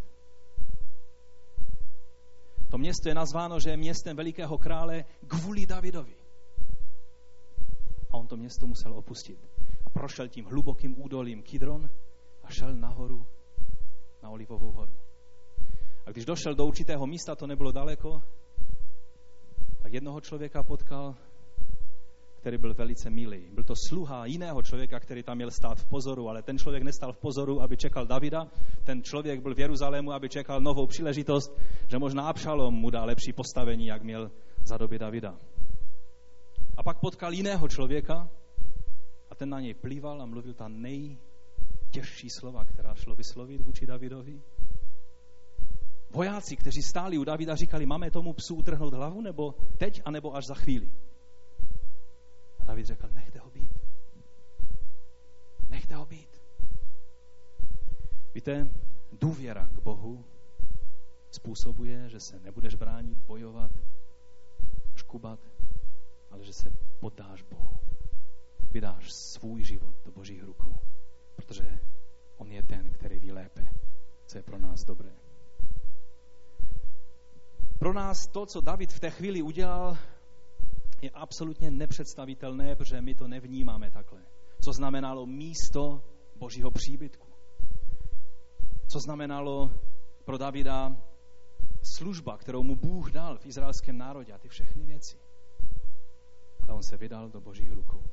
To město je nazváno, že je městem velikého krále kvůli Davidovi. A on to město musel opustit. A prošel tím hlubokým údolím Kidron a šel nahoru na Olivovou horu. A když došel do určitého místa, to nebylo daleko, tak jednoho člověka potkal, který byl velice milý. Byl to sluha jiného člověka, který tam měl stát v pozoru, ale ten člověk nestal v pozoru, aby čekal Davida. Ten člověk byl v Jeruzalému, aby čekal novou příležitost, že možná Abšalom mu dá lepší postavení, jak měl za doby Davida. A pak potkal jiného člověka a ten na něj plýval a mluvil ta nejtěžší slova, která šlo vyslovit vůči Davidovi. Vojáci, kteří stáli u Davida, říkali, máme tomu psu utrhnout hlavu, nebo teď, anebo až za chvíli. A David řekl, nechte ho být. Nechte ho být. Víte, důvěra k Bohu způsobuje, že se nebudeš bránit, bojovat, škubat, ale že se poddáš Bohu. Vydáš svůj život do Božích rukou, protože on je ten, který ví lépe, co je pro nás dobré. Pro nás to, co David v té chvíli udělal, je absolutně nepředstavitelné, protože my to nevnímáme takhle. Co znamenalo místo Božího příbytku. Co znamenalo pro Davida služba, kterou mu Bůh dal v izraelském národě a ty všechny věci. Ale on se vydal do Božích rukou.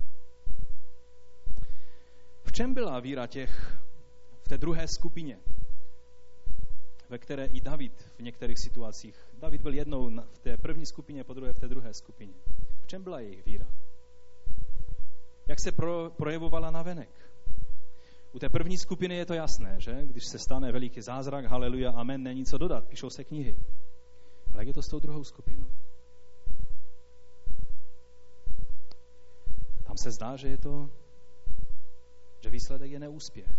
V čem byla víra těch v té druhé skupině? ve které i David v některých situacích, David byl jednou v té první skupině, po druhé v té druhé skupině. V čem byla jejich víra? Jak se pro, projevovala navenek? U té první skupiny je to jasné, že? Když se stane veliký zázrak, haleluja, amen, není co dodat, píšou se knihy. Ale jak je to s tou druhou skupinou? Tam se zdá, že je to, že výsledek je neúspěch.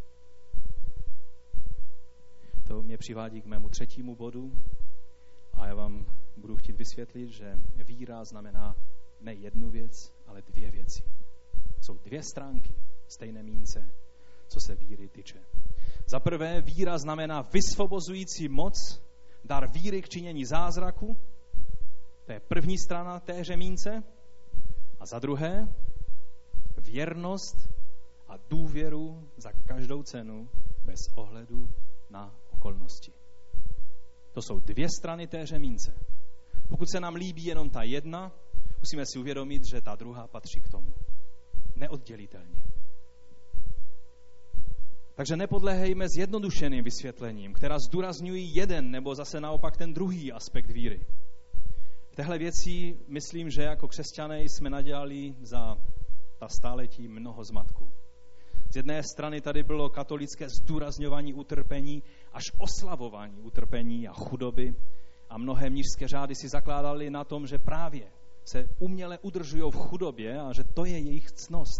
To mě přivádí k mému třetímu bodu a já vám budu chtít vysvětlit, že víra znamená ne jednu věc, ale dvě věci. Jsou dvě stránky stejné mince, co se víry tyče. Za prvé, víra znamená vysvobozující moc, dar víry k činění zázraku. To je první strana téže mince. A za druhé, věrnost a důvěru za každou cenu bez ohledu na okolnosti. To jsou dvě strany téže mince. Pokud se nám líbí jenom ta jedna, musíme si uvědomit, že ta druhá patří k tomu. Neoddělitelně. Takže nepodléhejme zjednodušeným vysvětlením, která zdůrazňují jeden nebo zase naopak ten druhý aspekt víry. V téhle věci myslím, že jako křesťané jsme nadělali za ta stáletí mnoho zmatků. Z jedné strany tady bylo katolické zdůrazňování utrpení až oslavování utrpení a chudoby a mnohé mnišské řády si zakládaly na tom, že právě se uměle udržují v chudobě a že to je jejich ctnost.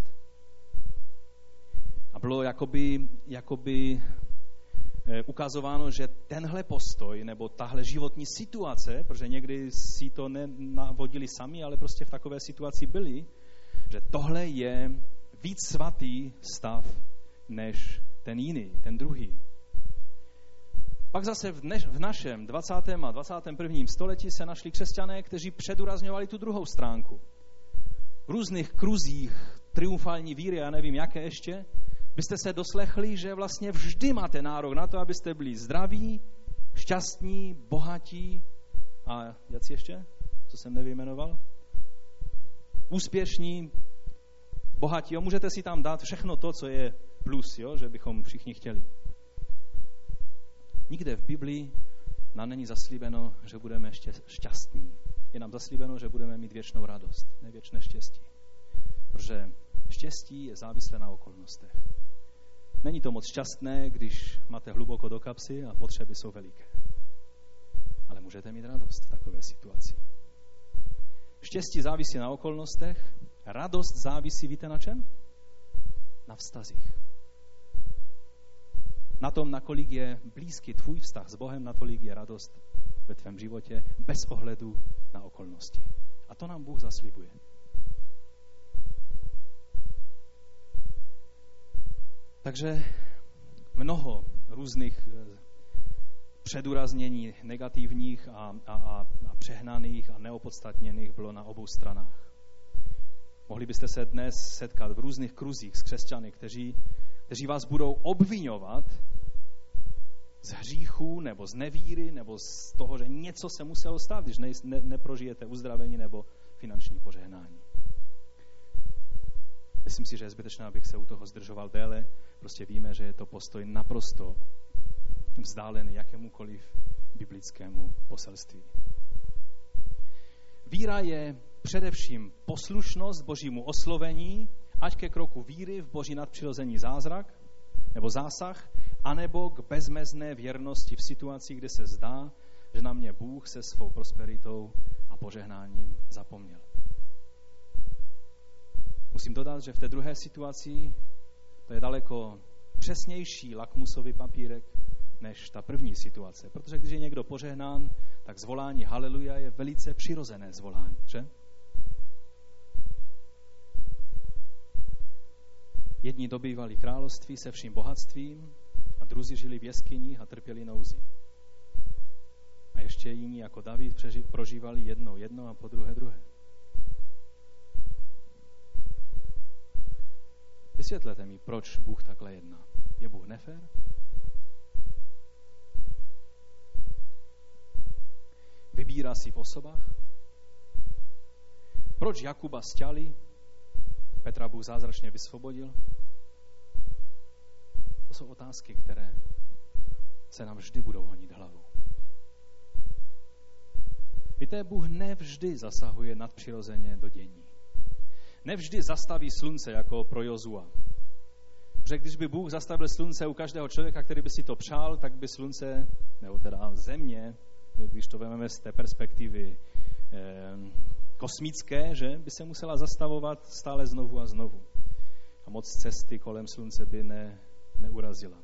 A bylo jakoby, jakoby eh, ukazováno, že tenhle postoj nebo tahle životní situace, protože někdy si to nenavodili sami, ale prostě v takové situaci byli, že tohle je víc svatý stav než ten jiný, ten druhý. Pak zase v, dneš, v našem dvacátém a dvacátém prvním století se našli křesťané, kteří předůrazňovali tu druhou stránku. V různých kruzích triumfální víry, já nevím jaké ještě, byste se doslechli, že vlastně vždy máte nárok na to, abyste byli zdraví, šťastní, bohatí a jací ještě? Co jsem nevyjmenoval? Úspěšní, bohatí. Jo? Můžete si tam dát všechno to, co je plus, jo? Že bychom všichni chtěli. Nikde v Biblii nám není zaslíbeno, že budeme ještě šťastní. Je nám zaslíbeno, že budeme mít věčnou radost, ne věčné štěstí. Protože štěstí je závislé na okolnostech. Není to moc šťastné, když máte hluboko do kapsy a potřeby jsou veliké. Ale můžete mít radost v takové situaci. Štěstí závisí na okolnostech, radost závisí, víte na čem? Na vztazích. Na tom, nakolik je blízký tvůj vztah s Bohem, natolik je radost ve tvém životě bez ohledu na okolnosti. A to nám Bůh zaslibuje. Takže mnoho různých předůraznění negativních a, a, a, a přehnaných a neopodstatněných bylo na obou stranách. Mohli byste se dnes setkat v různých kruzích s křesťany, kteří, kteří vás budou obviňovat z hříchů nebo z nevíry nebo z toho, že něco se muselo stát, když ne, ne, neprožijete uzdravení nebo finanční požehnání. Myslím si, že je zbytečné, abych se u toho zdržoval déle. Prostě víme, že je to postoj naprosto vzdálený jakémukoliv biblickému poselství. Víra je především poslušnost Božímu oslovení, ať ke kroku víry v Boží nadpřirozený zázrak nebo zásah, anebo k bezmezné věrnosti v situaci, kde se zdá, že na mě Bůh se svou prosperitou a požehnáním zapomněl. Musím dodat, že v té druhé situaci to je daleko přesnější lakmusový papírek než ta první situace. Protože když je někdo požehnán, tak zvolání haleluja je velice přirozené zvolání, že? Jedni dobývali království se vším bohatstvím a druzí žili v jeskyních a trpěli nouzi. A ještě jiní jako David prožívali jednou jedno a po druhé druhé. Vysvětlete mi, proč Bůh takhle jedná. Je Bůh nefér? Vybírá si v osobách? Proč Jakuba sťali? Petra Bůh zázračně vysvobodil? To jsou otázky, které se nám vždy budou honit hlavou. Víte, Bůh nevždy zasahuje nadpřirozeně do dění. Nevždy zastaví slunce jako pro Jozua. Že když by Bůh zastavil slunce u každého člověka, který by si to přál, tak by slunce, nebo teda země, když to vezmeme z té perspektivy eh, kosmické, že by se musela zastavovat stále znovu a znovu. A moc cesty kolem slunce by ne, neurazila.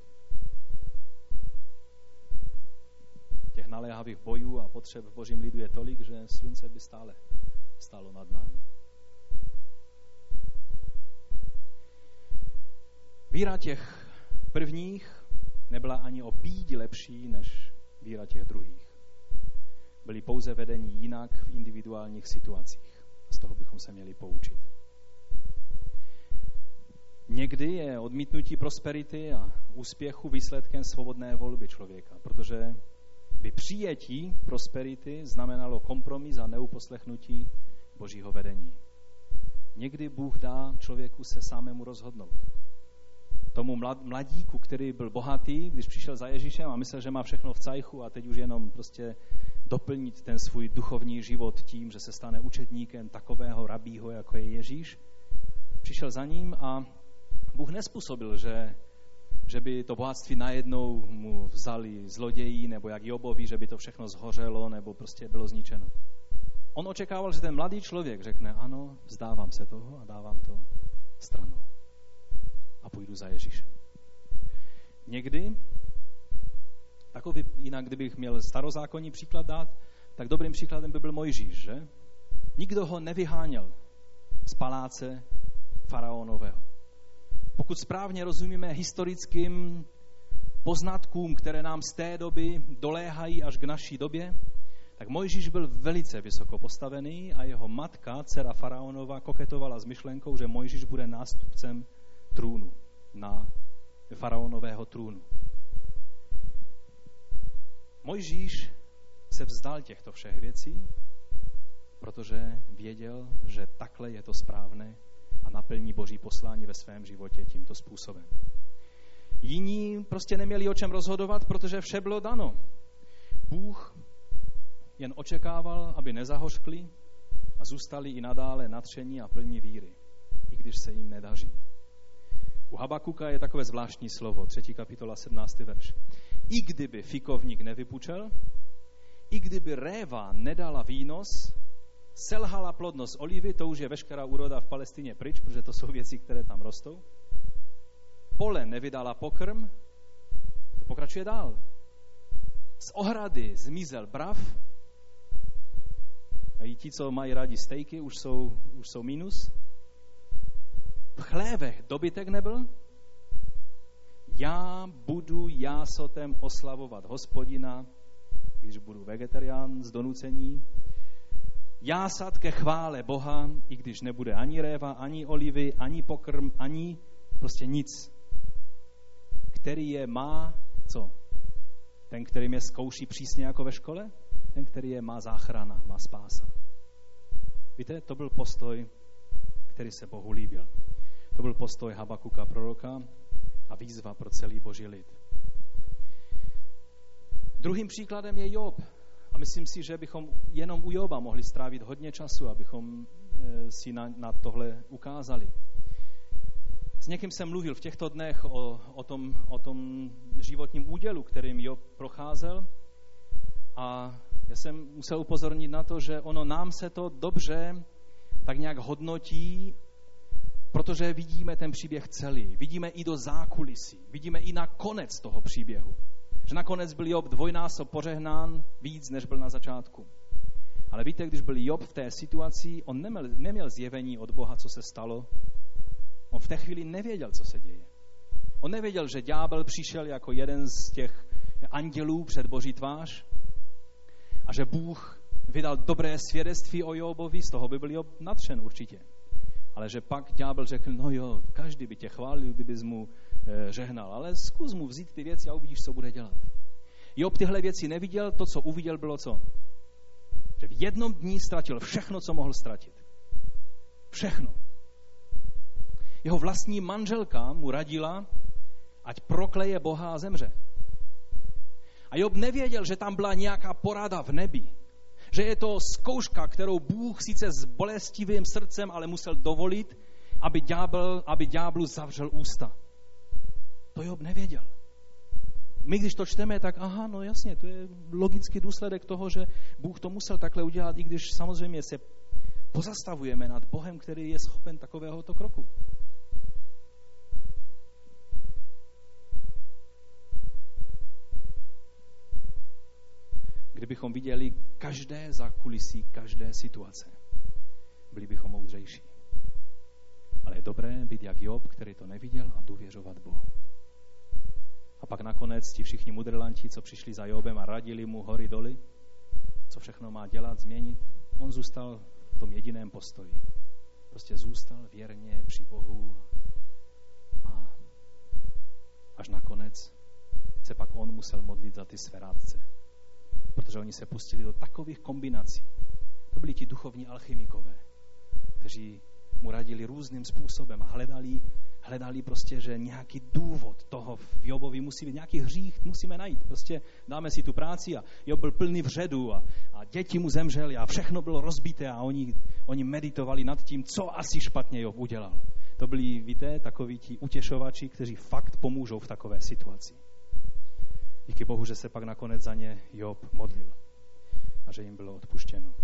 Těch naléhavých bojů a potřeb v Božím lidu je tolik, že slunce by stále stálo nad námi. Víra těch prvních nebyla ani o pídi lepší než víra těch druhých. Byli pouze vedení jinak v individuálních situacích. Z toho bychom se měli poučit. Někdy je odmítnutí prosperity a úspěchu výsledkem svobodné volby člověka, protože by přijetí prosperity znamenalo kompromis a neuposlechnutí Božího vedení. Někdy Bůh dá člověku se samému rozhodnout. Tomu mladíku, který byl bohatý, když přišel za Ježíšem a myslel, že má všechno v cajchu a teď už jenom prostě doplnit ten svůj duchovní život tím, že se stane učedníkem takového rabího, jako je Ježíš, přišel za ním a Bůh nespůsobil, že, že by to bohatství najednou mu vzali zloději, nebo jak Jobovi, že by to všechno zhořelo, nebo prostě bylo zničeno. On očekával, že ten mladý člověk řekne, ano, vzdávám se toho a dávám to stranou. A půjdu za Ježíšem. Někdy, takový, jinak kdybych měl starozákonní příklad dát, tak dobrým příkladem by byl Mojžíš, že? Nikdo ho nevyháněl z paláce faraonového. Pokud správně rozumíme historickým poznatkům, které nám z té doby doléhají až k naší době, tak Mojžíš byl velice vysoko postavený a jeho matka, dcera faraonova, koketovala s myšlenkou, že Mojžíš bude nástupcem trůnu, na faraonového trůnu. Mojžíš se vzdal těchto všech věcí, protože věděl, že takhle je to správné a naplní Boží poslání ve svém životě tímto způsobem. Jiní prostě neměli o čem rozhodovat, protože vše bylo dano. Bůh jen očekával, aby nezahořkli a zůstali i nadále nadšení a plní víry, i když se jim nedaří. U Habakuka je takové zvláštní slovo, třetí kapitola, sedmnáctý verš. I kdyby fikovník nevypučel, i kdyby réva nedala výnos, selhala plodnost olivy, to už je veškerá úroda v Palestině pryč, protože to jsou věci, které tam rostou. Pole nevydala pokrm, to pokračuje dál. Z ohrady zmizel brav, a i ti, co mají rádi stejky, už jsou, už jsou minus. V chlévech dobytek nebyl. Já budu jásotem oslavovat Hospodina, když budu vegetarián z donucení. Jásat ke chvále Boha, i když nebude ani réva, ani olivy, ani pokrm, ani prostě nic. Který je má, co? Ten, který mě zkouší přísně jako ve škole? Ten, který je má záchrana, má spása. Víte, to byl postoj, který se Bohu líbil. To byl postoj Habakuka proroka a výzva pro celý Boží lid. Druhým příkladem je Job. A myslím si, že bychom jenom u Joba mohli strávit hodně času, abychom si na, na tohle ukázali. S někým jsem mluvil v těchto dnech o, o, tom, o tom životním údělu, kterým Job procházel. A já jsem musel upozornit na to, že ono nám se to dobře tak nějak hodnotí, protože vidíme ten příběh celý. Vidíme i do zákulisí. Vidíme i na konec toho příběhu. Že nakonec byl Job dvojnásob požehnán víc, než byl na začátku. Ale víte, když byl Job v té situaci, on neměl, neměl zjevení od Boha, co se stalo. On v té chvíli nevěděl, co se děje. On nevěděl, že ďábel přišel jako jeden z těch andělů před Boží tvář a že Bůh vydal dobré svědectví o Jobovi, z toho by byl Job nadšen určitě. Ale že pak ďábel řekl, no jo, každý by tě chválil, kdybys mu e, žehnal, ale zkus mu vzít ty věci a uvidíš, co bude dělat. Job tyhle věci neviděl, to, co uviděl, bylo co? Že v jednom dní ztratil všechno, co mohl ztratit. Všechno. Jeho vlastní manželka mu radila, ať prokleje Boha a zemře. A Job nevěděl, že tam byla nějaká porada v nebi. Že je to zkouška, kterou Bůh sice s bolestivým srdcem, ale musel dovolit, aby ďábel, aby ďáblu zavřel ústa. To Job nevěděl. My, když to čteme, tak aha, no jasně, to je logický důsledek toho, že Bůh to musel takhle udělat, i když samozřejmě se pozastavujeme nad Bohem, který je schopen takovéhoto kroku. Kdybychom viděli každé zákulisí, každé situace, byli bychom moudřejší. Ale je dobré být jak Job, který to neviděl, a důvěřovat Bohu. A pak nakonec ti všichni mudrlanti, co přišli za Jobem a radili mu hory doly, co všechno má dělat, změnit, on zůstal v tom jediném postoji. Prostě zůstal věrně při Bohu a až nakonec se pak on musel modlit za ty své rádce. Protože oni se pustili do takových kombinací. To byli ti duchovní alchymikové, kteří mu radili různým způsobem a hledali, hledali prostě, že nějaký důvod toho v Jobovi musí být, nějaký hřích musíme najít. Prostě dáme si tu práci a Job byl plný vředu a, a děti mu zemřely a všechno bylo rozbité a oni, oni meditovali nad tím, co asi špatně Job udělal. To byli, víte, takoví ti utěšovači, kteří fakt pomůžou v takové situaci. Díky Bohu, že se pak nakonec za ně Job modlil a že jim bylo odpuštěno.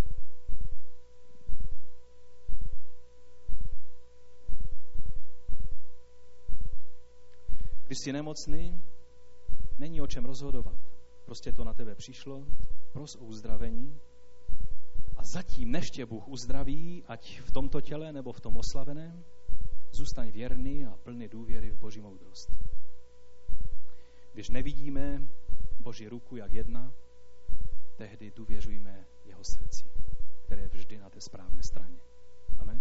Když jsi nemocný, není o čem rozhodovat. Prostě to na tebe přišlo, pros o uzdravení a zatím, než tě Bůh uzdraví, ať v tomto těle nebo v tom oslaveném, zůstaň věrný a plný důvěry v Boží moudrost. Když nevidíme Boží ruku jak jedna, tehdy důvěřujme jeho srdci, které je vždy na té správné straně. Amen.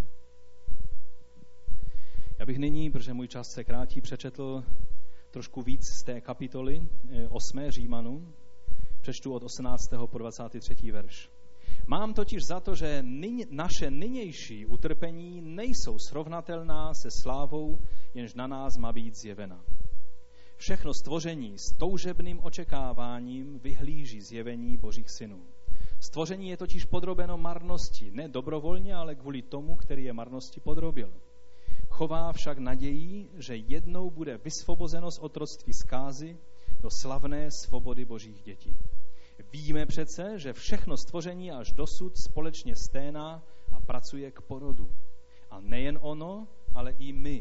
Já bych nyní, protože můj čas se krátí, přečetl trošku víc z té kapitoly osmé Římanům. Přečtu od osmnáctého po dvacátý třetí verš. Mám totiž za to, že nyň, naše nynější utrpení nejsou srovnatelná se slávou, jenž na nás má být zjevena. Všechno stvoření s toužebným očekáváním vyhlíží zjevení Božích synů. Stvoření je totiž podrobeno marnosti, ne dobrovolně, ale kvůli tomu, který je marnosti podrobil. Chová však naději, že jednou bude vysvobozeno z otroctví zkázy do slavné svobody Božích dětí. Víme přece, že všechno stvoření až dosud společně sténá a pracuje k porodu. A nejen ono, ale i my.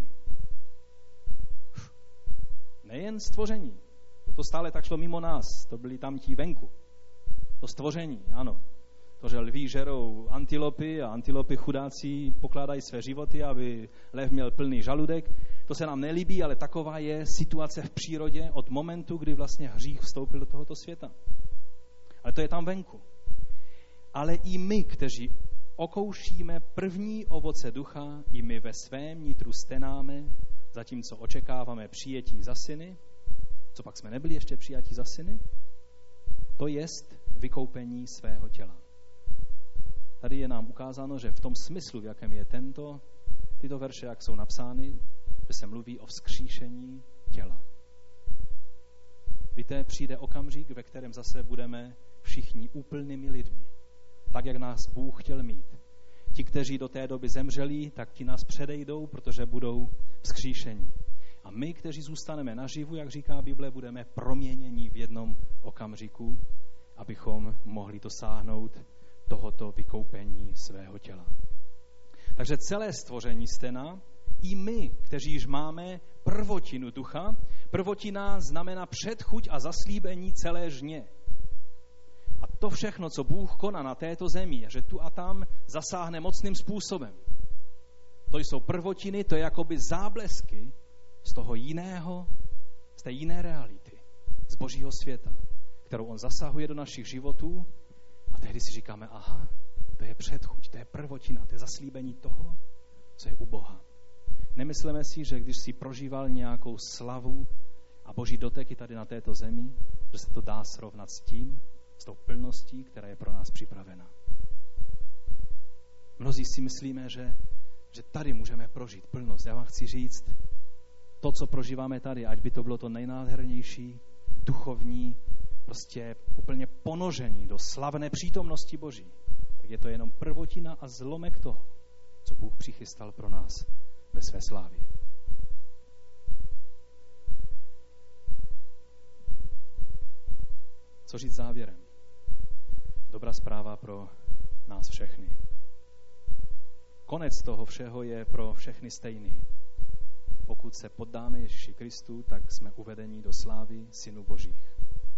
Nejen stvoření. To stále tak šlo mimo nás. To byli tam ti venku. To stvoření, ano. To, že lví žerou antilopy a antilopy chudáci pokládají své životy, aby lev měl plný žaludek. To se nám nelíbí, ale taková je situace v přírodě od momentu, kdy vlastně hřích vstoupil do tohoto světa. Ale to je tam venku. Ale i my, kteří okoušíme první ovoce ducha, i my ve svém nitru stenáme, zatímco očekáváme přijetí za syny. Co pak jsme nebyli ještě přijatí za syny? To jest vykoupení svého těla. Tady je nám ukázáno, že v tom smyslu, v jakém je tento, tyto verše, jak jsou napsány, že se mluví o vzkříšení těla. Víte, přijde okamžik, ve kterém zase budeme všichni úplnými lidmi. Tak, jak nás Bůh chtěl mít. Ti, kteří do té doby zemřeli, tak ti nás předejdou, protože budou vzkříšení. A my, kteří zůstaneme naživu, jak říká Bible, budeme proměněni v jednom okamžiku, abychom mohli dosáhnout tohoto vykoupení svého těla. Takže celé stvoření stena, i my, kteří již máme prvotinu ducha, prvotina znamená předchuť a zaslíbení celé žně. A to všechno, co Bůh koná na této zemi, že tu a tam zasáhne mocným způsobem. To jsou prvotiny, to je jakoby záblesky z toho jiného, z té jiné reality, z Božího světa, kterou on zasahuje do našich životů a tehdy si říkáme, aha, to je předchuť, to je prvotina, to je zaslíbení toho, co je u Boha. Nemyslíme si, že když si prožíval nějakou slavu a Boží doteky tady na této zemi, že se to dá srovnat s tím, s tou plností, která je pro nás připravena. Mnozí si myslíme, že, že tady můžeme prožít plnost. Já vám chci říct, to, co prožíváme tady, ať by to bylo to nejnádhernější duchovní prostě úplně ponožení do slavné přítomnosti Boží, tak je to jenom prvotina a zlomek toho, co Bůh přichystal pro nás ve své slávě. Co říct závěrem? Dobrá zpráva pro nás všechny. Konec toho všeho je pro všechny stejný. Pokud se poddáme Ježíši Kristu, tak jsme uvedeni do slávy synů Božích.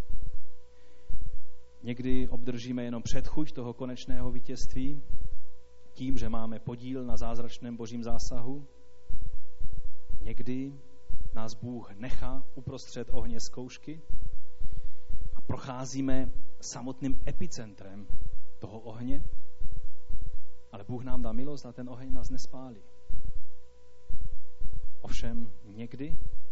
Někdy obdržíme jenom předchuť toho konečného vítězství tím, že máme podíl na zázračném Božím zásahu. Někdy nás Bůh nechá uprostřed ohně zkoušky a procházíme samotným epicentrem toho ohně, ale Bůh nám dá milost a ten oheň nás nespálí. Ovšem někdy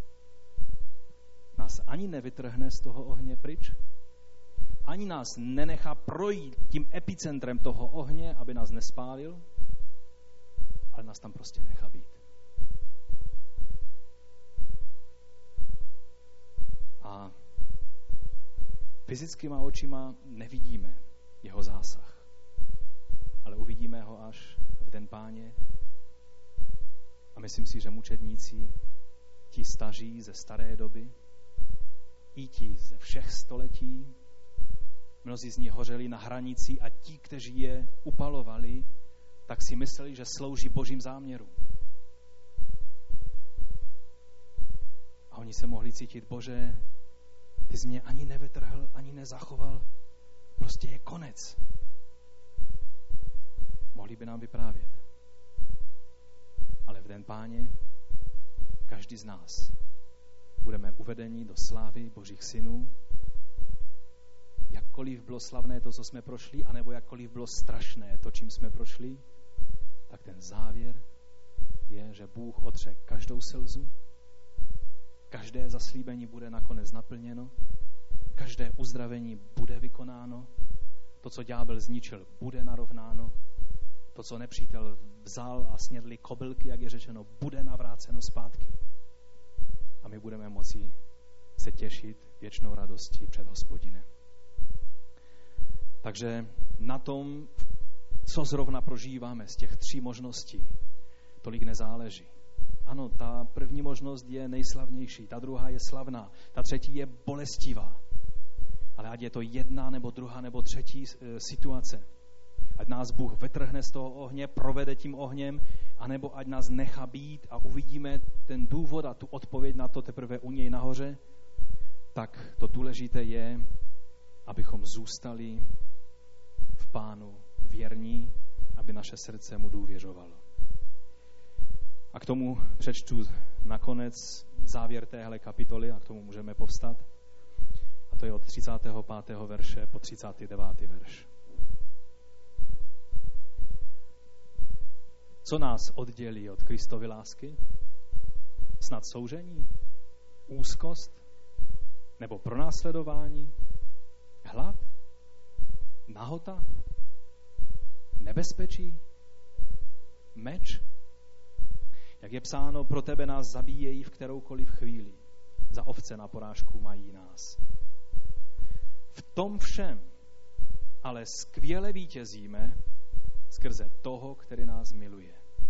nás ani nevytrhne z toho ohně pryč, ani nás nenechá projít tím epicentrem toho ohně, aby nás nespálil, ale nás tam prostě nechá být. A fyzickýma očima nevidíme jeho zásah, ale uvidíme ho až v den Páně. A myslím si, že mučedníci, ti staří ze staré doby, i ti ze všech století, mnozí z nich hořeli na hranici a ti, kteří je upalovali, tak si mysleli, že slouží Božím záměru. A oni se mohli cítit, Bože, ty jsi mě ani nevytrhl, ani nezachoval, prostě je konec. Mohli by nám vyprávět. Ale v den Páně každý z nás budeme uvedeni do slávy Božích synů. Jakkoliv bylo slavné to, co jsme prošli, anebo jakkoliv bylo strašné to, čím jsme prošli, tak ten závěr je, že Bůh otře každou slzu, každé zaslíbení bude nakonec naplněno, každé uzdravení bude vykonáno, to, co ďábel zničil, bude narovnáno, to, co nepřítel vzal a snědli kobylky, jak je řečeno, bude navráceno zpátky. A my budeme moci se těšit věčnou radostí před Hospodinem. Takže na tom, co zrovna prožíváme z těch tří možností, tolik nezáleží. Ano, ta první možnost je nejslavnější, ta druhá je slavná, ta třetí je bolestivá. Ale ať je to jedna, nebo druhá, nebo třetí e, situace, ať nás Bůh vytrhne z toho ohně, provede tím ohněm, anebo ať nás nechá být a uvidíme ten důvod a tu odpověď na to teprve u něj nahoře, tak to důležité je, abychom zůstali v Pánu věrní, aby naše srdce mu důvěřovalo. A k tomu přečtu nakonec závěr téhle kapitoly a k tomu můžeme povstat. A to je od třicátého pátého verše po třicátý devátý verš. Co nás oddělí od Kristovy lásky? Snad soužení? Úzkost? Nebo pronásledování? Hlad? Nahota? Nebezpečí? Meč? Jak je psáno, pro tebe nás zabíjejí v kteroukoliv chvíli. Za ovce na porážku mají nás. V tom všem ale skvěle vítězíme skrze toho, který nás miluje.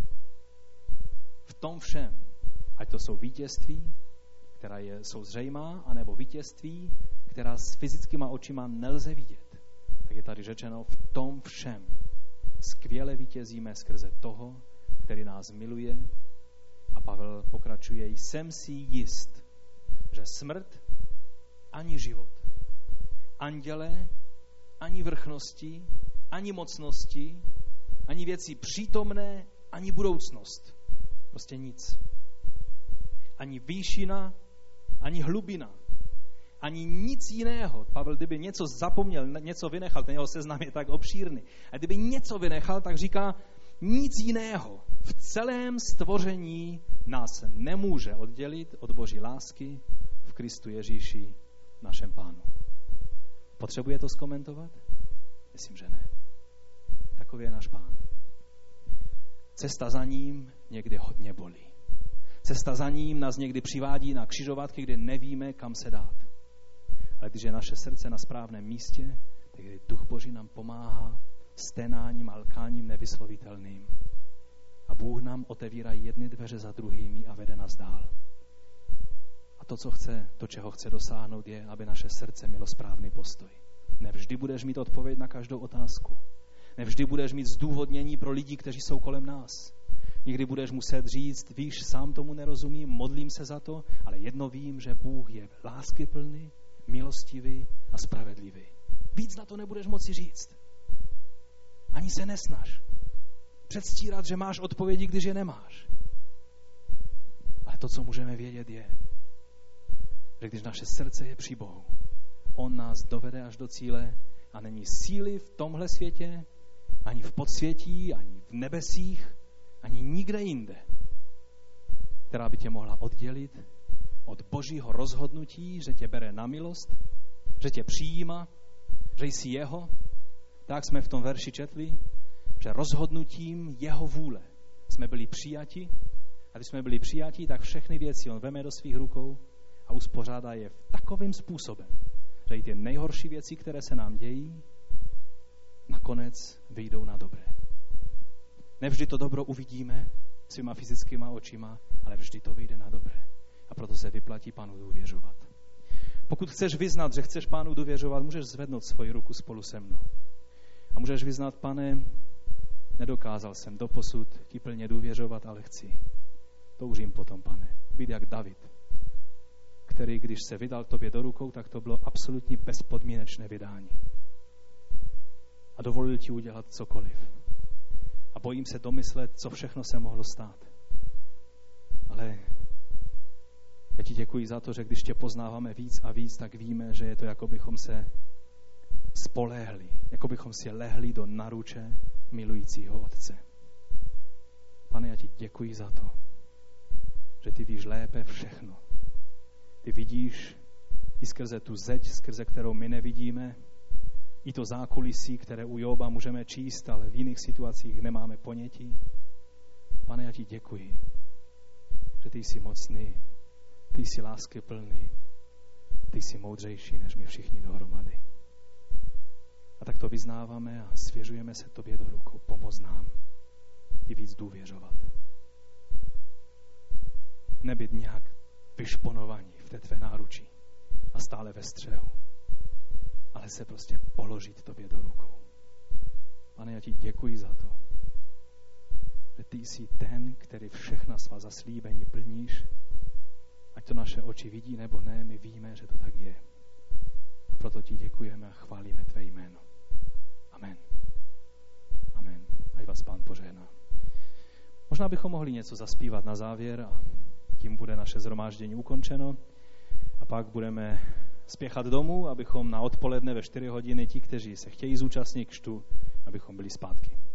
V tom všem, ať to jsou vítězství, která je, jsou zřejmá, anebo vítězství, která s fyzickýma očima nelze vidět, tak je tady řečeno, v tom všem skvěle vítězíme skrze toho, který nás miluje. A Pavel pokračuje, jsem si jist, že smrt ani život, anděle, ani vrchnosti, ani mocnosti, ani věci přítomné, ani budoucnost. Prostě nic. Ani výšina, ani hlubina, ani nic jiného. Pavel, kdyby něco zapomněl, něco vynechal, ten jeho seznam je tak obšírný. A kdyby něco vynechal, tak říká, nic jiného v celém stvoření nás nemůže oddělit od Boží lásky v Kristu Ježíši, našem Pánu. Potřebuje to zkomentovat? Myslím, že ne. Takový je náš Pán. Cesta za ním někdy hodně bolí. Cesta za ním nás někdy přivádí na křižovatky, kde nevíme, kam se dát. Ale když je naše srdce na správném místě, tak Duch Boží nám pomáhá stenáním a lkáním nevyslovitelným. A Bůh nám otevírá jedny dveře za druhými a vede nás dál. A to, co chce, to, čeho chce dosáhnout, je, aby naše srdce mělo správný postoj. Nevždy budeš mít odpověď na každou otázku. Nevždy budeš mít zdůvodnění pro lidi, kteří jsou kolem nás. Někdy budeš muset říct, víš, sám tomu nerozumím, modlím se za to, ale jedno vím, že Bůh je láskyplný, milostivý a spravedlivý. Víc na to nebudeš moci říct. Ani se nesnaž předstírat, že máš odpovědi, když je nemáš. Ale to, co můžeme vědět, je, že když naše srdce je při Bohu, on nás dovede až do cíle a není síly v tomhle světě, ani v podsvětí, ani v nebesích, ani nikde jinde, která by tě mohla oddělit od Božího rozhodnutí, že tě bere na milost, že tě přijíma, že jsi jeho. Tak jsme v tom verši četli, že rozhodnutím jeho vůle jsme byli přijati a když jsme byli přijati, tak všechny věci on veme do svých rukou a uspořádá je takovým způsobem, že i ty nejhorší věci, které se nám dějí, nakonec vyjdou na dobré. Nevždy to dobro uvidíme svýma fyzickýma očima, ale vždy to vyjde na dobré. A proto se vyplatí Pánu důvěřovat. Pokud chceš vyznat, že chceš Pánu důvěřovat, můžeš zvednout svoji ruku spolu se mnou. A můžeš vyznat, Pane, nedokázal jsem doposud ti plně důvěřovat, ale chci. Toužím potom, Pane, být jak David, který, když se vydal tobě do rukou, tak to bylo absolutně bezpodmínečné vydání. A dovolil ti udělat cokoliv. A bojím se domyslet, co všechno se mohlo stát. Ale já ti děkuji za to, že když tě poznáváme víc a víc, tak víme, že je to, jako bychom se spoléhli, jako bychom si lehli do naruče milujícího Otce. Pane, já ti děkuji za to, že ty víš lépe všechno. Ty vidíš i skrze tu zeď, skrze kterou my nevidíme, i to zákulisí, které u Joba můžeme číst, ale v jiných situacích nemáme ponětí. Pane, já ti děkuji, že ty jsi mocný, ty jsi láskyplný, ty jsi moudřejší než my všichni dohromady. A tak to vyznáváme a svěřujeme se tobě do rukou. Pomoz nám ti víc důvěřovat. Nebyt nějak vyšponovaní v té tvé náručí a stále ve střehu, ale se prostě položit tobě do rukou. Pane, já ti děkuji za to, že ty jsi ten, který všechna svá zaslíbení plníš. Ať to naše oči vidí nebo ne, my víme, že to tak je. A proto ti děkujeme a chválíme tvé jméno. Amen. Amen. Ať vás Pán požehná. Možná bychom mohli něco zaspívat na závěr a tím bude naše shromáždění ukončeno. A pak budeme spěchat domů, abychom na odpoledne ve čtyři hodiny ti, kteří se chtějí zúčastnit křtu, abychom byli zpátky.